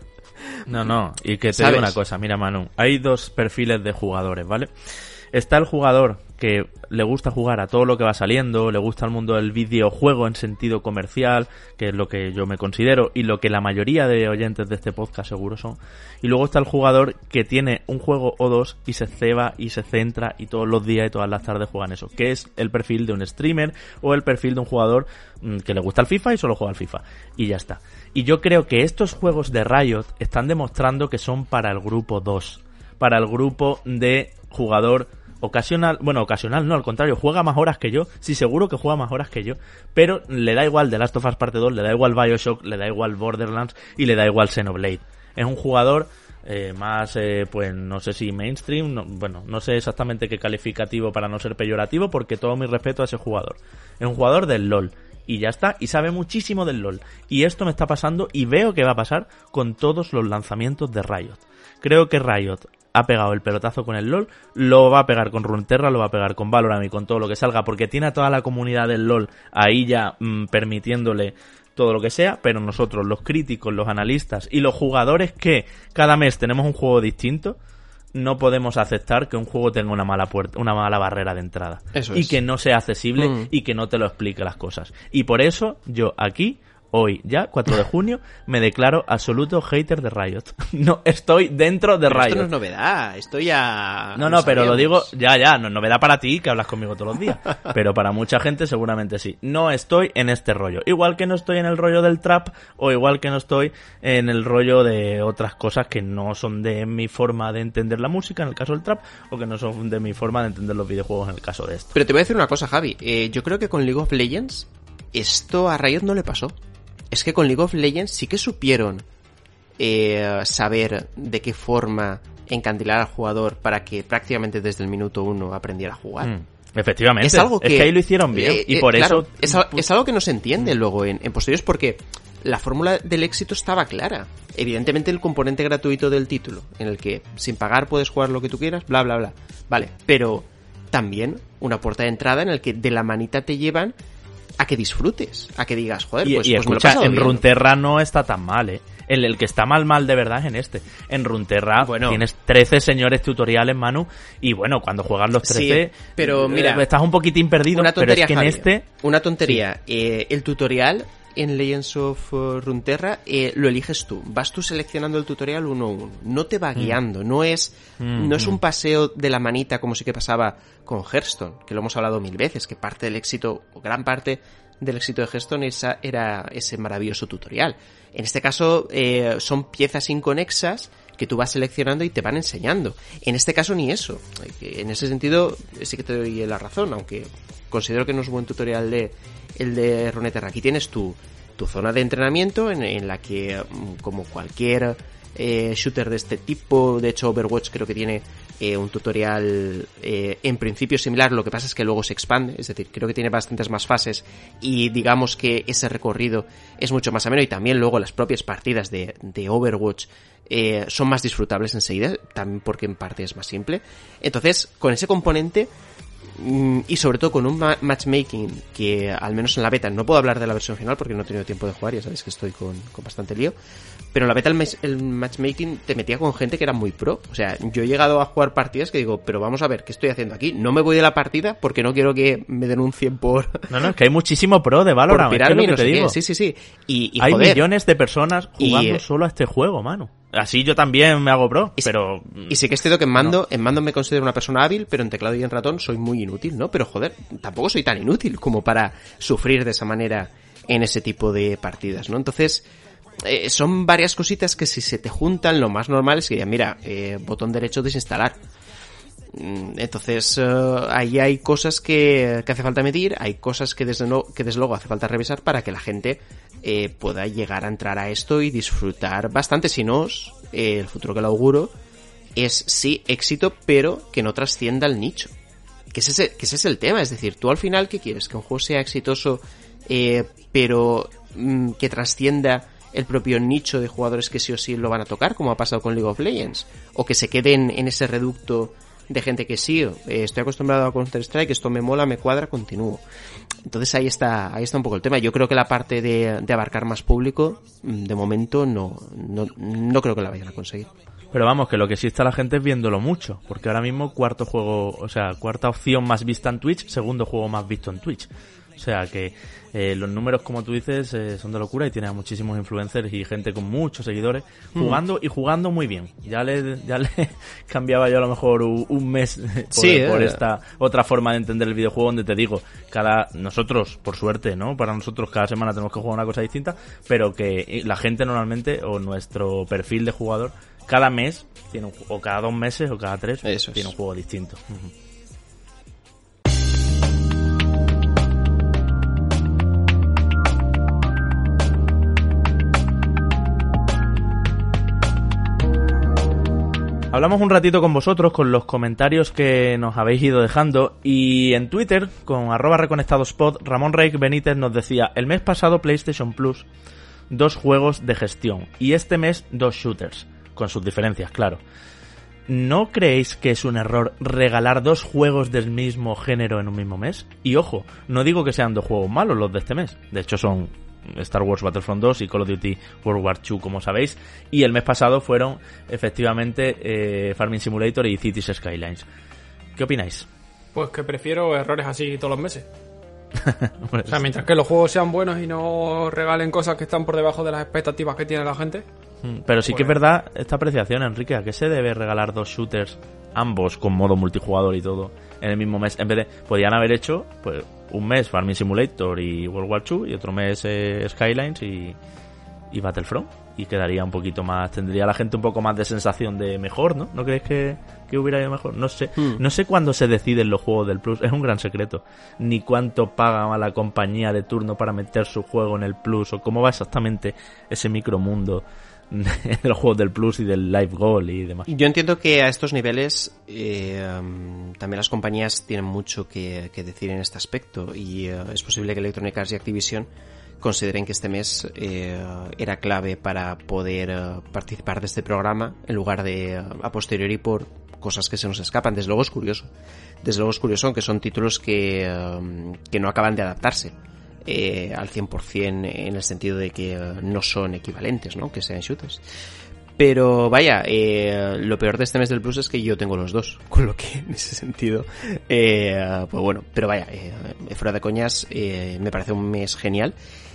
No, y que te
¿Sabes?
digo una cosa, mira, Manu, hay 2 perfiles de jugadores, ¿vale? Está el jugador que le gusta jugar a todo lo que va saliendo, le gusta el mundo del videojuego en sentido comercial, que es lo que yo me considero y lo que la mayoría de oyentes de este podcast seguro son. Y luego está el jugador que tiene un juego o 2 y se ceba y se centra y todos los días y todas las tardes juegan eso, que es el perfil de un streamer o el perfil de un jugador que le gusta el FIFA y solo juega al FIFA. Y ya está. Y yo creo que estos juegos de Riot están demostrando que son para el grupo 2, para el grupo de jugador ocasional, bueno, ocasional no, al contrario, juega más horas que yo, sí, seguro que juega más horas que yo, pero le da igual The Last of Us Parte 2, le da igual Bioshock, le da igual Borderlands y le da igual Xenoblade. Es un jugador más, pues no sé si mainstream, no sé exactamente qué calificativo para no ser peyorativo, porque todo mi respeto a ese jugador. Es un jugador del LoL. Y ya está, y sabe muchísimo del LoL. Y esto me está pasando y veo que va a pasar con todos los lanzamientos de Riot. Creo que Riot ha pegado el pelotazo con el LoL, lo va a pegar con Runeterra, lo va a pegar con Valorant y con todo lo que salga, porque tiene a toda la comunidad del LoL ahí ya permitiéndole todo lo que sea, pero nosotros, los críticos, los analistas y los jugadores que cada mes tenemos un juego distinto, no podemos aceptar que un juego tenga una mala barrera de entrada.
Eso
y
es.
que no sea accesible y que no te lo explique las cosas. Y por eso yo aquí, hoy ya, 4 de junio, me declaro absoluto hater de Riot. No estoy dentro de
Pero
Riot.
esto no es novedad, esto ya...
No, pero lo digo, ya, no es novedad para ti, que hablas conmigo todos los días. Pero para mucha gente seguramente sí. No estoy en este rollo. Igual que no estoy en el rollo del trap, o igual que no estoy en el rollo de otras cosas que no son de mi forma de entender la música, en el caso del trap, o que no son de mi forma de entender los videojuegos, en el caso de esto.
Pero te voy a decir una cosa, Javi. Yo creo que con League of Legends esto a Riot no le pasó. Es que con League of Legends sí que supieron saber de qué forma encandilar al jugador para que prácticamente desde el minuto 1 aprendiera a jugar.
Efectivamente,
Es algo que
ahí lo hicieron bien y por
claro,
eso...
es algo que no se entiende luego en posteriores, porque la fórmula del éxito estaba clara. Evidentemente el componente gratuito del título, en el que sin pagar puedes jugar lo que tú quieras, bla, bla, bla. Vale, pero también una puerta de entrada en el que de la manita te llevan a que disfrutes, a que digas, joder,
y
pues me lo he
escucha,
pasado
en
bien.
Runeterra no está tan mal, el que está mal de verdad es en este. En Runeterra
Bueno.
tienes 13 señores tutoriales, Manu, y bueno, pero cuando los 13
Sí, pero mira,
estás un poquitín perdido,
una
pero
tontería,
es que en
Javi,
este...
una tontería. El tutorial en Legends of Runeterra lo eliges tú. Vas tú seleccionando el tutorial uno a uno. No te va guiando. No es un paseo de la manita como sí que pasaba con Hearthstone, que lo hemos hablado 1000 veces, que parte del éxito, o gran parte del éxito de Hearthstone era ese maravilloso tutorial. En este caso son piezas inconexas que tú vas seleccionando y te van enseñando. En este caso ni eso. En ese sentido sí que te doy la razón, aunque considero que no es un buen tutorial el de Runeterra. Aquí tienes tu zona de entrenamiento en la que, como cualquier shooter de este tipo, de hecho Overwatch creo que tiene un tutorial en principio similar, lo que pasa es que luego se expande, es decir, creo que tiene bastantes más fases y digamos que ese recorrido es mucho más ameno, y también luego las propias partidas de Overwatch son más disfrutables enseguida, también porque en parte es más simple. Entonces, con ese componente y sobre todo con un matchmaking que al menos en la beta, no puedo hablar de la versión final porque no he tenido tiempo de jugar, ya sabéis que estoy con bastante lío, pero en la beta el matchmaking te metía con gente que era muy pro. O sea, yo he llegado a jugar partidas que digo, pero vamos a ver, ¿qué estoy haciendo aquí? No me voy de la partida porque no quiero que me denuncien por...
No, es que hay muchísimo pro de Valorant,
por pirarme,
es que es lo que te digo.
Sí. Y
hay
joder,
millones de personas jugando solo a este juego, mano. Así yo también me hago pro, pero...
Y sí que es cierto que en mando me considero una persona hábil, pero en teclado y en ratón soy muy inútil, ¿no? Pero joder, tampoco soy tan inútil como para sufrir de esa manera en ese tipo de partidas, ¿no? Entonces, son varias cositas que si se te juntan, lo más normal es que digan, mira, botón derecho desinstalar. Entonces, ahí hay cosas que hace falta medir, hay cosas que desde luego hace falta revisar para que la gente pueda llegar a entrar a esto y disfrutar bastante. Si no, el futuro que le auguro es sí éxito, pero que no trascienda el nicho. Que ese es el tema, es decir, tú al final ¿qué quieres? Que un juego sea exitoso, pero que trascienda el propio nicho de jugadores que sí o sí lo van a tocar, como ha pasado con League of Legends, o que se queden en ese reducto de gente que sí, estoy acostumbrado a Counter-Strike, esto me mola, me cuadra, continúo. Entonces ahí está un poco el tema. Yo creo que la parte de abarcar más público, de momento no creo que la vayan a conseguir.
Pero vamos, que lo que sí está la gente es viéndolo mucho, porque ahora mismo cuarta opción más vista en Twitch, segundo juego más visto en Twitch. O sea que los números, como tú dices, son de locura y tiene a muchísimos influencers y gente con muchos seguidores jugando y jugando muy bien. Ya le cambiaba yo a lo mejor un mes por esta otra forma de entender el videojuego, donde te digo, nosotros, por suerte, ¿no? Para nosotros cada semana tenemos que jugar una cosa distinta, pero que la gente normalmente, o nuestro perfil de jugador, cada mes tiene o cada 2 meses o cada 3 tiene un juego distinto. Hablamos un ratito con vosotros, con los comentarios que nos habéis ido dejando, y en Twitter, con @reconectadospod, Ramón Reik Benítez nos decía: el mes pasado PlayStation Plus, 2 juegos de gestión, y este mes 2 shooters, con sus diferencias, claro. ¿No creéis que es un error regalar 2 juegos del mismo género en un mismo mes? Y ojo, no digo que sean 2 juegos malos los de este mes, de hecho son Star Wars Battlefront 2 y Call of Duty World War II, como sabéis, y el mes pasado fueron efectivamente Farming Simulator y Cities Skylines. ¿Qué opináis?
Pues que prefiero errores así todos los meses. O sea, mientras que los juegos sean buenos y no regalen cosas que están por debajo de las expectativas que tiene la gente.
Pero sí que es verdad esta apreciación, Enrique. ¿A qué se debe regalar 2 shooters, ambos con modo multijugador y todo, en el mismo mes? En vez de, podrían haber hecho pues un mes Farming Simulator y World War II y otro mes Skylines y Battlefront, y quedaría un poquito más, tendría la gente un poco más de sensación de mejor, ¿no? ¿No crees que hubiera ido mejor? No sé. No sé cuándo se deciden los juegos del Plus, es un gran secreto. Ni cuánto paga a la compañía de turno para meter su juego en el Plus, o cómo va exactamente ese micromundo de los juegos del Plus y del Live Goal y demás.
Yo entiendo que a estos niveles también las compañías tienen mucho que decir en este aspecto, y es posible que Electronic Arts y Activision consideren que este mes era clave para poder participar de este programa en lugar de a posteriori por cosas que se nos escapan. Desde luego es curioso, aunque son títulos que no acaban de adaptarse al 100% en el sentido de que no son equivalentes, ¿no? Que sean shooters. Pero vaya, lo peor de este mes del Plus es que yo tengo los 2, con lo que en ese sentido, pues bueno, pero vaya, fuera de coñas, me parece un mes genial,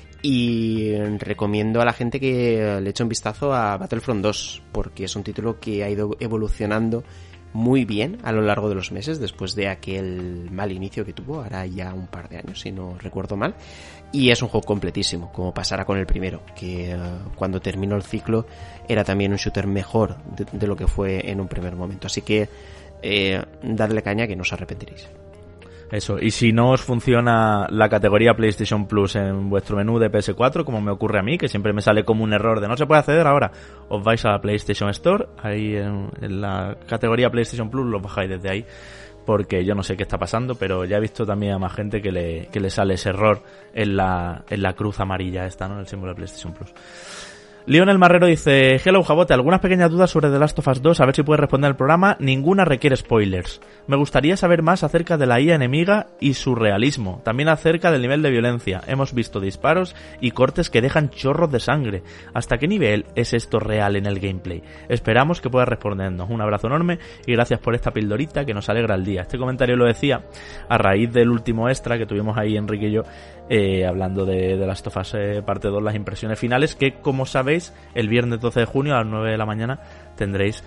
y recomiendo a la gente que le eche un vistazo a Battlefront 2, porque es un título que ha ido evolucionando muy bien a lo largo de los meses, después de aquel mal inicio que tuvo, ahora ya un par de años, si no recuerdo mal, y es un juego completísimo, como pasara con el primero, que cuando terminó el ciclo era también un shooter mejor de lo que fue en un primer momento, así que dadle caña que no os arrepentiréis.
Eso, y si no os funciona la categoría PlayStation Plus en vuestro menú de PS4, como me ocurre a mí, que siempre me sale como un error de no se puede acceder ahora, os vais a la PlayStation Store, ahí en la categoría PlayStation Plus lo bajáis desde ahí, porque yo no sé qué está pasando, pero ya he visto también a más gente que le sale ese error en la cruz amarilla esta, ¿no? El símbolo de PlayStation Plus. Lionel Marrero dice: Hello Jabote, algunas pequeñas dudas sobre The Last of Us 2, a ver si puedes responder el programa. Ninguna requiere spoilers. Me gustaría saber más acerca de la IA enemiga y su realismo, también acerca del nivel de violencia. Hemos visto disparos y cortes que dejan chorros de sangre. ¿Hasta qué nivel es esto real en el gameplay? Esperamos que puedas respondernos. Un abrazo enorme y gracias por esta pildorita que nos alegra el día. Este comentario lo decía a raíz del último extra que tuvimos ahí Enrique y yo, hablando de The Last of Us parte 2, las impresiones finales, que como sabéis el viernes 12 de junio a las 9 de la mañana tendréis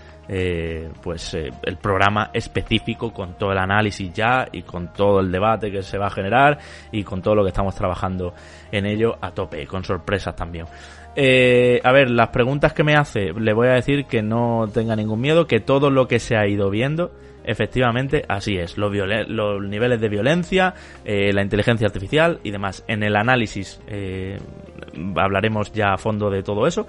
el programa específico con todo el análisis ya y con todo el debate que se va a generar y con todo lo que estamos trabajando en ello a tope, con sorpresas también. A ver, las preguntas que me hace, le voy a decir que no tenga ningún miedo, que todo lo que se ha ido viendo, efectivamente, así es. Los niveles de violencia, la inteligencia artificial y demás. En el análisis hablaremos ya a fondo de todo eso,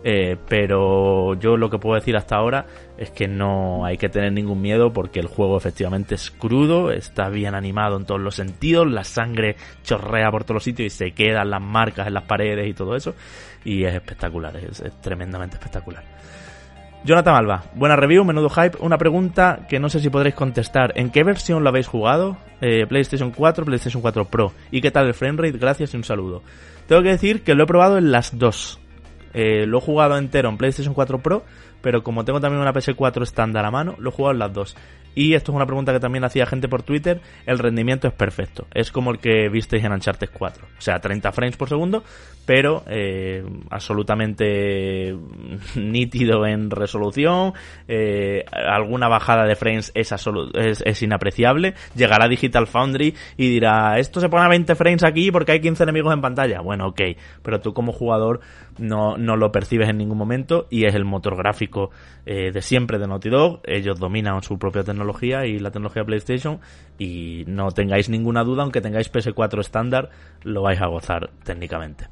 pero yo lo que puedo decir hasta ahora es que no hay que tener ningún miedo porque el juego efectivamente es crudo, está bien animado en todos los sentidos, la sangre chorrea por todos los sitios y se quedan las marcas en las paredes y todo eso, y es espectacular, es tremendamente espectacular. Jonathan Alba, buena review, menudo hype. Una pregunta que no sé si podréis contestar. ¿En qué versión lo habéis jugado? PlayStation 4, PlayStation 4 Pro. ¿Y qué tal el framerate? Gracias y un saludo. Tengo que decir que lo he probado en las dos. Lo he jugado entero en PlayStation 4 Pro, pero como tengo también una PS4 estándar a mano, lo he jugado en las dos. Y esto es una pregunta que también hacía gente por Twitter, el rendimiento es perfecto. Es como el que visteis en Uncharted 4. O sea, 30 frames por segundo, pero absolutamente nítido en resolución. Alguna bajada de frames es inapreciable. Llegará Digital Foundry y dirá, esto se pone a 20 frames aquí porque hay 15 enemigos en pantalla. Bueno, ok, pero tú como jugador no lo percibes en ningún momento y es el motor gráfico de siempre de Naughty Dog. Ellos dominan su propia tecnología y la tecnología PlayStation, y no tengáis ninguna duda, aunque tengáis PS4 estándar, lo vais a gozar técnicamente.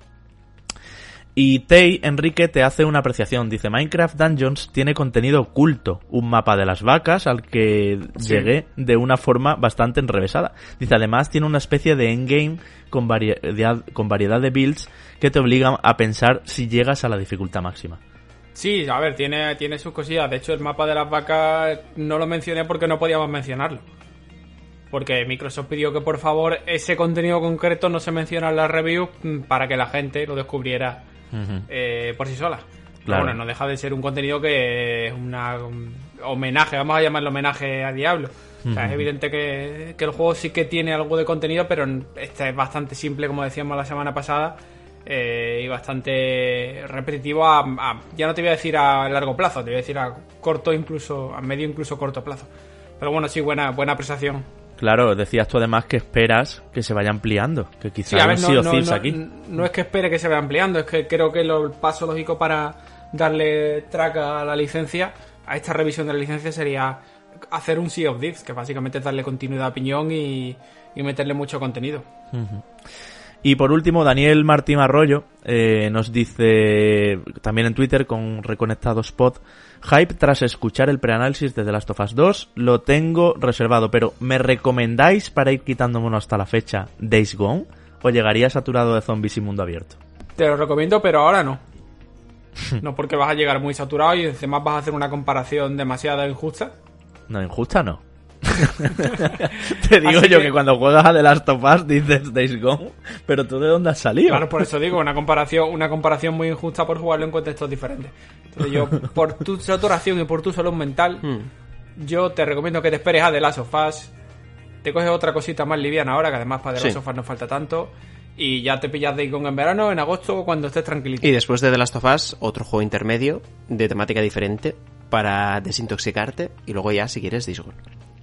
Y Tei Enrique te hace una apreciación, dice: Minecraft Dungeons tiene contenido oculto, un mapa de las vacas al que llegué de una forma bastante enrevesada. Dice, además tiene una especie de endgame con variedad de builds que te obligan a pensar si llegas a la dificultad máxima.
Sí, a ver, tiene sus cosillas. De hecho, el mapa de las vacas no lo mencioné porque no podíamos mencionarlo. Porque Microsoft pidió que por favor ese contenido concreto no se menciona en la review para que la gente lo descubriera por sí sola. Claro. Bueno, no deja de ser un contenido que es un homenaje, vamos a llamarlo homenaje a Diablo. O sea, es evidente que el juego sí que tiene algo de contenido, pero este es bastante simple, como decíamos la semana pasada. Y bastante repetitivo ya no te voy a decir a largo plazo, te voy a decir a corto, incluso a medio, incluso corto plazo. Pero bueno, sí, buena apreciación.
Claro, decías tú además que esperas que se vaya ampliando, que quizás sí, aquí.
No es que espere que se vaya ampliando, es que creo que el paso lógico para darle track a la licencia, a esta revisión de la licencia, sería hacer un Sea of Thieves, que básicamente es darle continuidad a Piñón y meterle mucho contenido.
Y por último, Daniel Martín Arroyo nos dice también en Twitter con Reconectado Spot: hype tras escuchar el preanálisis de The Last of Us 2, lo tengo reservado, pero ¿me recomendáis para ir quitándomelo hasta la fecha Days Gone? ¿O llegaría saturado de zombies y mundo abierto?
Te lo recomiendo, pero ahora no. No, porque vas a llegar muy saturado y además vas a hacer una comparación demasiado injusta.
No, injusta no. Te digo yo que cuando juegas a The Last of Us dices Days Gone, pero ¿tú de dónde has salido?
Claro, por eso digo, una comparación muy injusta por jugarlo en contextos diferentes. Entonces yo, por tu saturación y por tu salud mental, yo te recomiendo que te esperes a The Last of Us, te coges otra cosita más liviana ahora, que además para The Last of Us no falta tanto, y ya te pillas Days Gone en verano, en agosto, cuando estés tranquilito.
Y después de The Last of Us, otro juego intermedio de temática diferente para desintoxicarte, y luego ya, si quieres, Days Gone.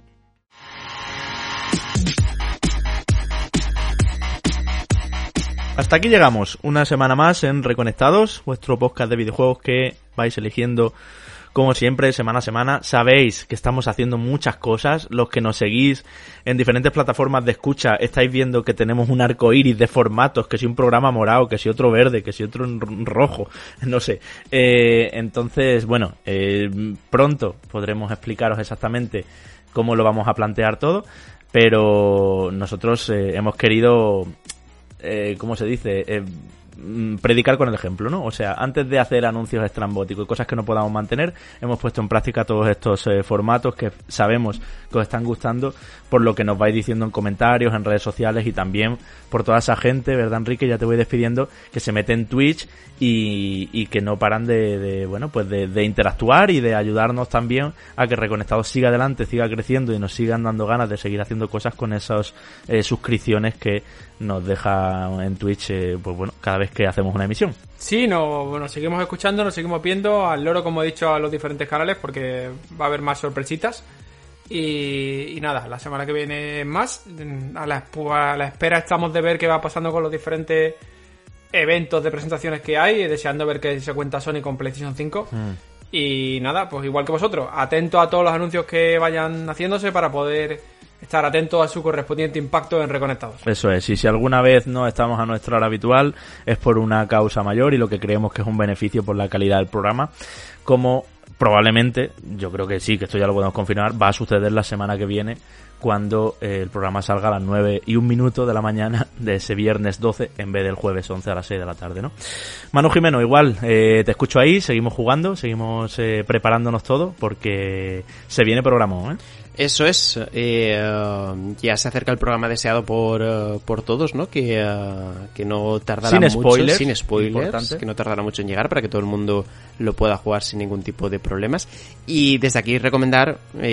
Hasta aquí llegamos, una semana más en Reconectados, vuestro podcast de videojuegos que vais eligiendo como siempre, semana a semana. Sabéis que estamos haciendo muchas cosas, los que nos seguís en diferentes plataformas de escucha estáis viendo que tenemos un arco iris de formatos, que si un programa morado, que si otro verde, que si otro rojo, no sé. Entonces, bueno, pronto podremos explicaros exactamente cómo lo vamos a plantear todo, pero nosotros hemos querido... ¿cómo se dice? predicar con el ejemplo, ¿no? O sea, antes de hacer anuncios estrambóticos y cosas que no podamos mantener, hemos puesto en práctica todos estos formatos que sabemos que os están gustando, por lo que nos vais diciendo en comentarios, en redes sociales y también por toda esa gente, ¿verdad, Enrique? Ya te voy despidiendo, que se mete en Twitch y que no paran de interactuar y de ayudarnos también a que Reconectados siga adelante, siga creciendo y nos sigan dando ganas de seguir haciendo cosas con esas suscripciones que nos deja en Twitch, cada vez que hacemos una emisión.
Sí, nos seguimos escuchando, nos seguimos viendo al loro, como he dicho, a los diferentes canales, porque va a haber más sorpresitas. Y nada, la semana que viene más. A la espera estamos de ver qué va pasando con los diferentes eventos de presentaciones que hay, deseando ver qué se cuenta Sony con PlayStation 5. Y nada, pues igual que vosotros, atentos a todos los anuncios que vayan haciéndose para poder estar atentos a su correspondiente impacto en Reconectados.
Eso es, y si alguna vez no estamos a nuestra hora habitual es por una causa mayor y lo que creemos que es un beneficio por la calidad del programa, como probablemente, yo creo que sí, que esto ya lo podemos confirmar, va a suceder la semana que viene cuando el programa salga a las 9:01 de la mañana de ese viernes 12 en vez del jueves 11 a las 6 de la tarde, ¿no? Manu Jimeno, igual, te escucho ahí, seguimos jugando, seguimos preparándonos todo porque se viene programón, ¿eh?
Eso es, ya se acerca el programa deseado por todos, ¿no? Que no tardará sin spoilers, que no tardará mucho en llegar para que todo el mundo lo pueda jugar sin ningún tipo de problemas. Y desde aquí recomendar,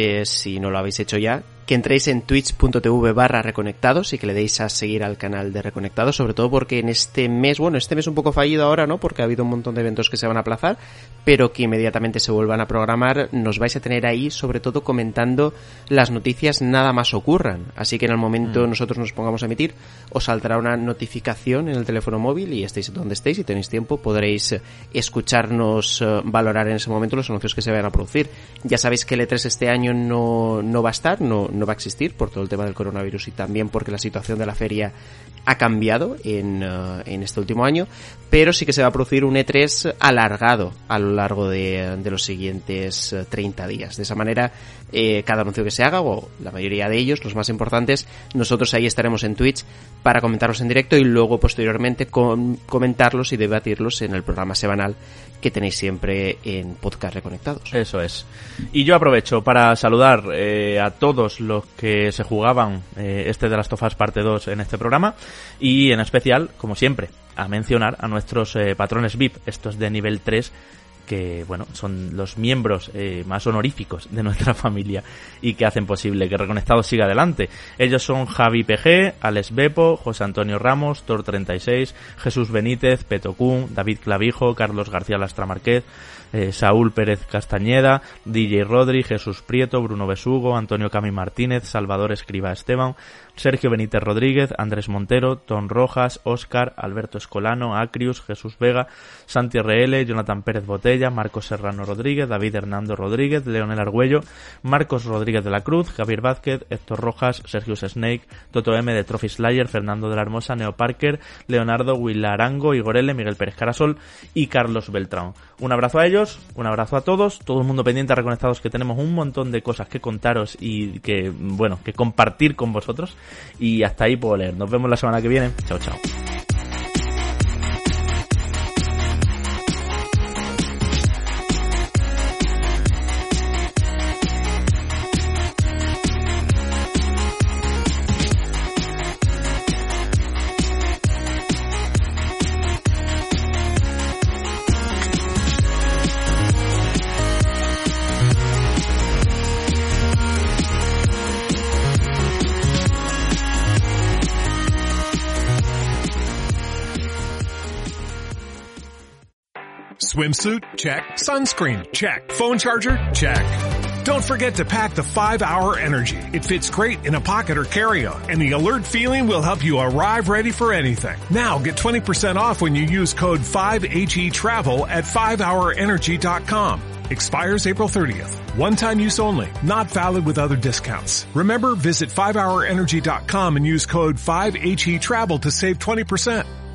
si no lo habéis hecho ya, que entréis en twitch.tv/reconectados y que le deis a seguir al canal de Reconectados, sobre todo porque en este mes un poco fallido ahora, ¿no? Porque ha habido un montón de eventos que se van a aplazar, pero que inmediatamente se vuelvan a programar, nos vais a tener ahí, sobre todo comentando las noticias nada más ocurran. Así que en el momento nosotros nos pongamos a emitir, os saldrá una notificación en el teléfono móvil y estéis donde estéis y tenéis tiempo, podréis escucharnos valorar en ese momento los anuncios que se vayan a producir. Ya sabéis que el E3 este año no va a estar, no va a existir por todo el tema del coronavirus y también porque la situación de la feria ha cambiado en este último año, pero sí que se va a producir un E3 alargado a lo largo de los siguientes 30 días. De esa manera, cada anuncio que se haga, o la mayoría de ellos, los más importantes, nosotros ahí estaremos en Twitch para comentarlos en directo y luego posteriormente comentarlos y debatirlos en el programa semanal que tenéis siempre en Podcast Reconectados.
Eso es. Y yo aprovecho para saludar a todos los que se jugaban este The Last of Us parte 2 en este programa y en especial, como siempre, a mencionar a nuestros patrones VIP, estos de nivel 3, que son los miembros más honoríficos de nuestra familia y que hacen posible que Reconectados siga adelante. Ellos son Javi PG, Alex Bepo, José Antonio Ramos, Tor36, Jesús Benítez, Petocún, David Clavijo, Carlos García Lastra Márquez, Saúl Pérez Castañeda, DJ Rodri, Jesús Prieto, Bruno Besugo, Antonio Cami Martínez, Salvador Escriba Esteban, Sergio Benítez Rodríguez, Andrés Montero, Ton Rojas, Óscar, Alberto Escolano, Acrius, Jesús Vega, Santi RL, Jonathan Pérez Botella, Marcos Serrano Rodríguez, David Hernando Rodríguez, Leonel Argüello, Marcos Rodríguez de la Cruz, Javier Vázquez, Héctor Rojas, Sergius Snake, Toto M de Trophy Slayer, Fernando de la Hermosa, Neo Parker, Leonardo Wilarango, Igor L, Miguel Pérez Carasol y Carlos Beltrán. Un abrazo a ellos, un abrazo a todos, todo el mundo pendiente a Reconectados, que tenemos un montón de cosas que contaros y que compartir con vosotros. Y hasta ahí puedo leer. Nos vemos la semana que viene. Chao, chao.
Swimsuit? Check. Sunscreen? Check. Phone charger? Check. Don't forget to pack the 5-Hour Energy. It fits great in a pocket or carry-on, and the alert feeling will help you arrive ready for anything. Now get 20% off when you use code 5HETRAVEL at 5hourenergy.com. Expires April 30th. One-time use only. Not valid with other discounts. Remember, visit 5hourenergy.com and use code 5HETRAVEL to save 20%.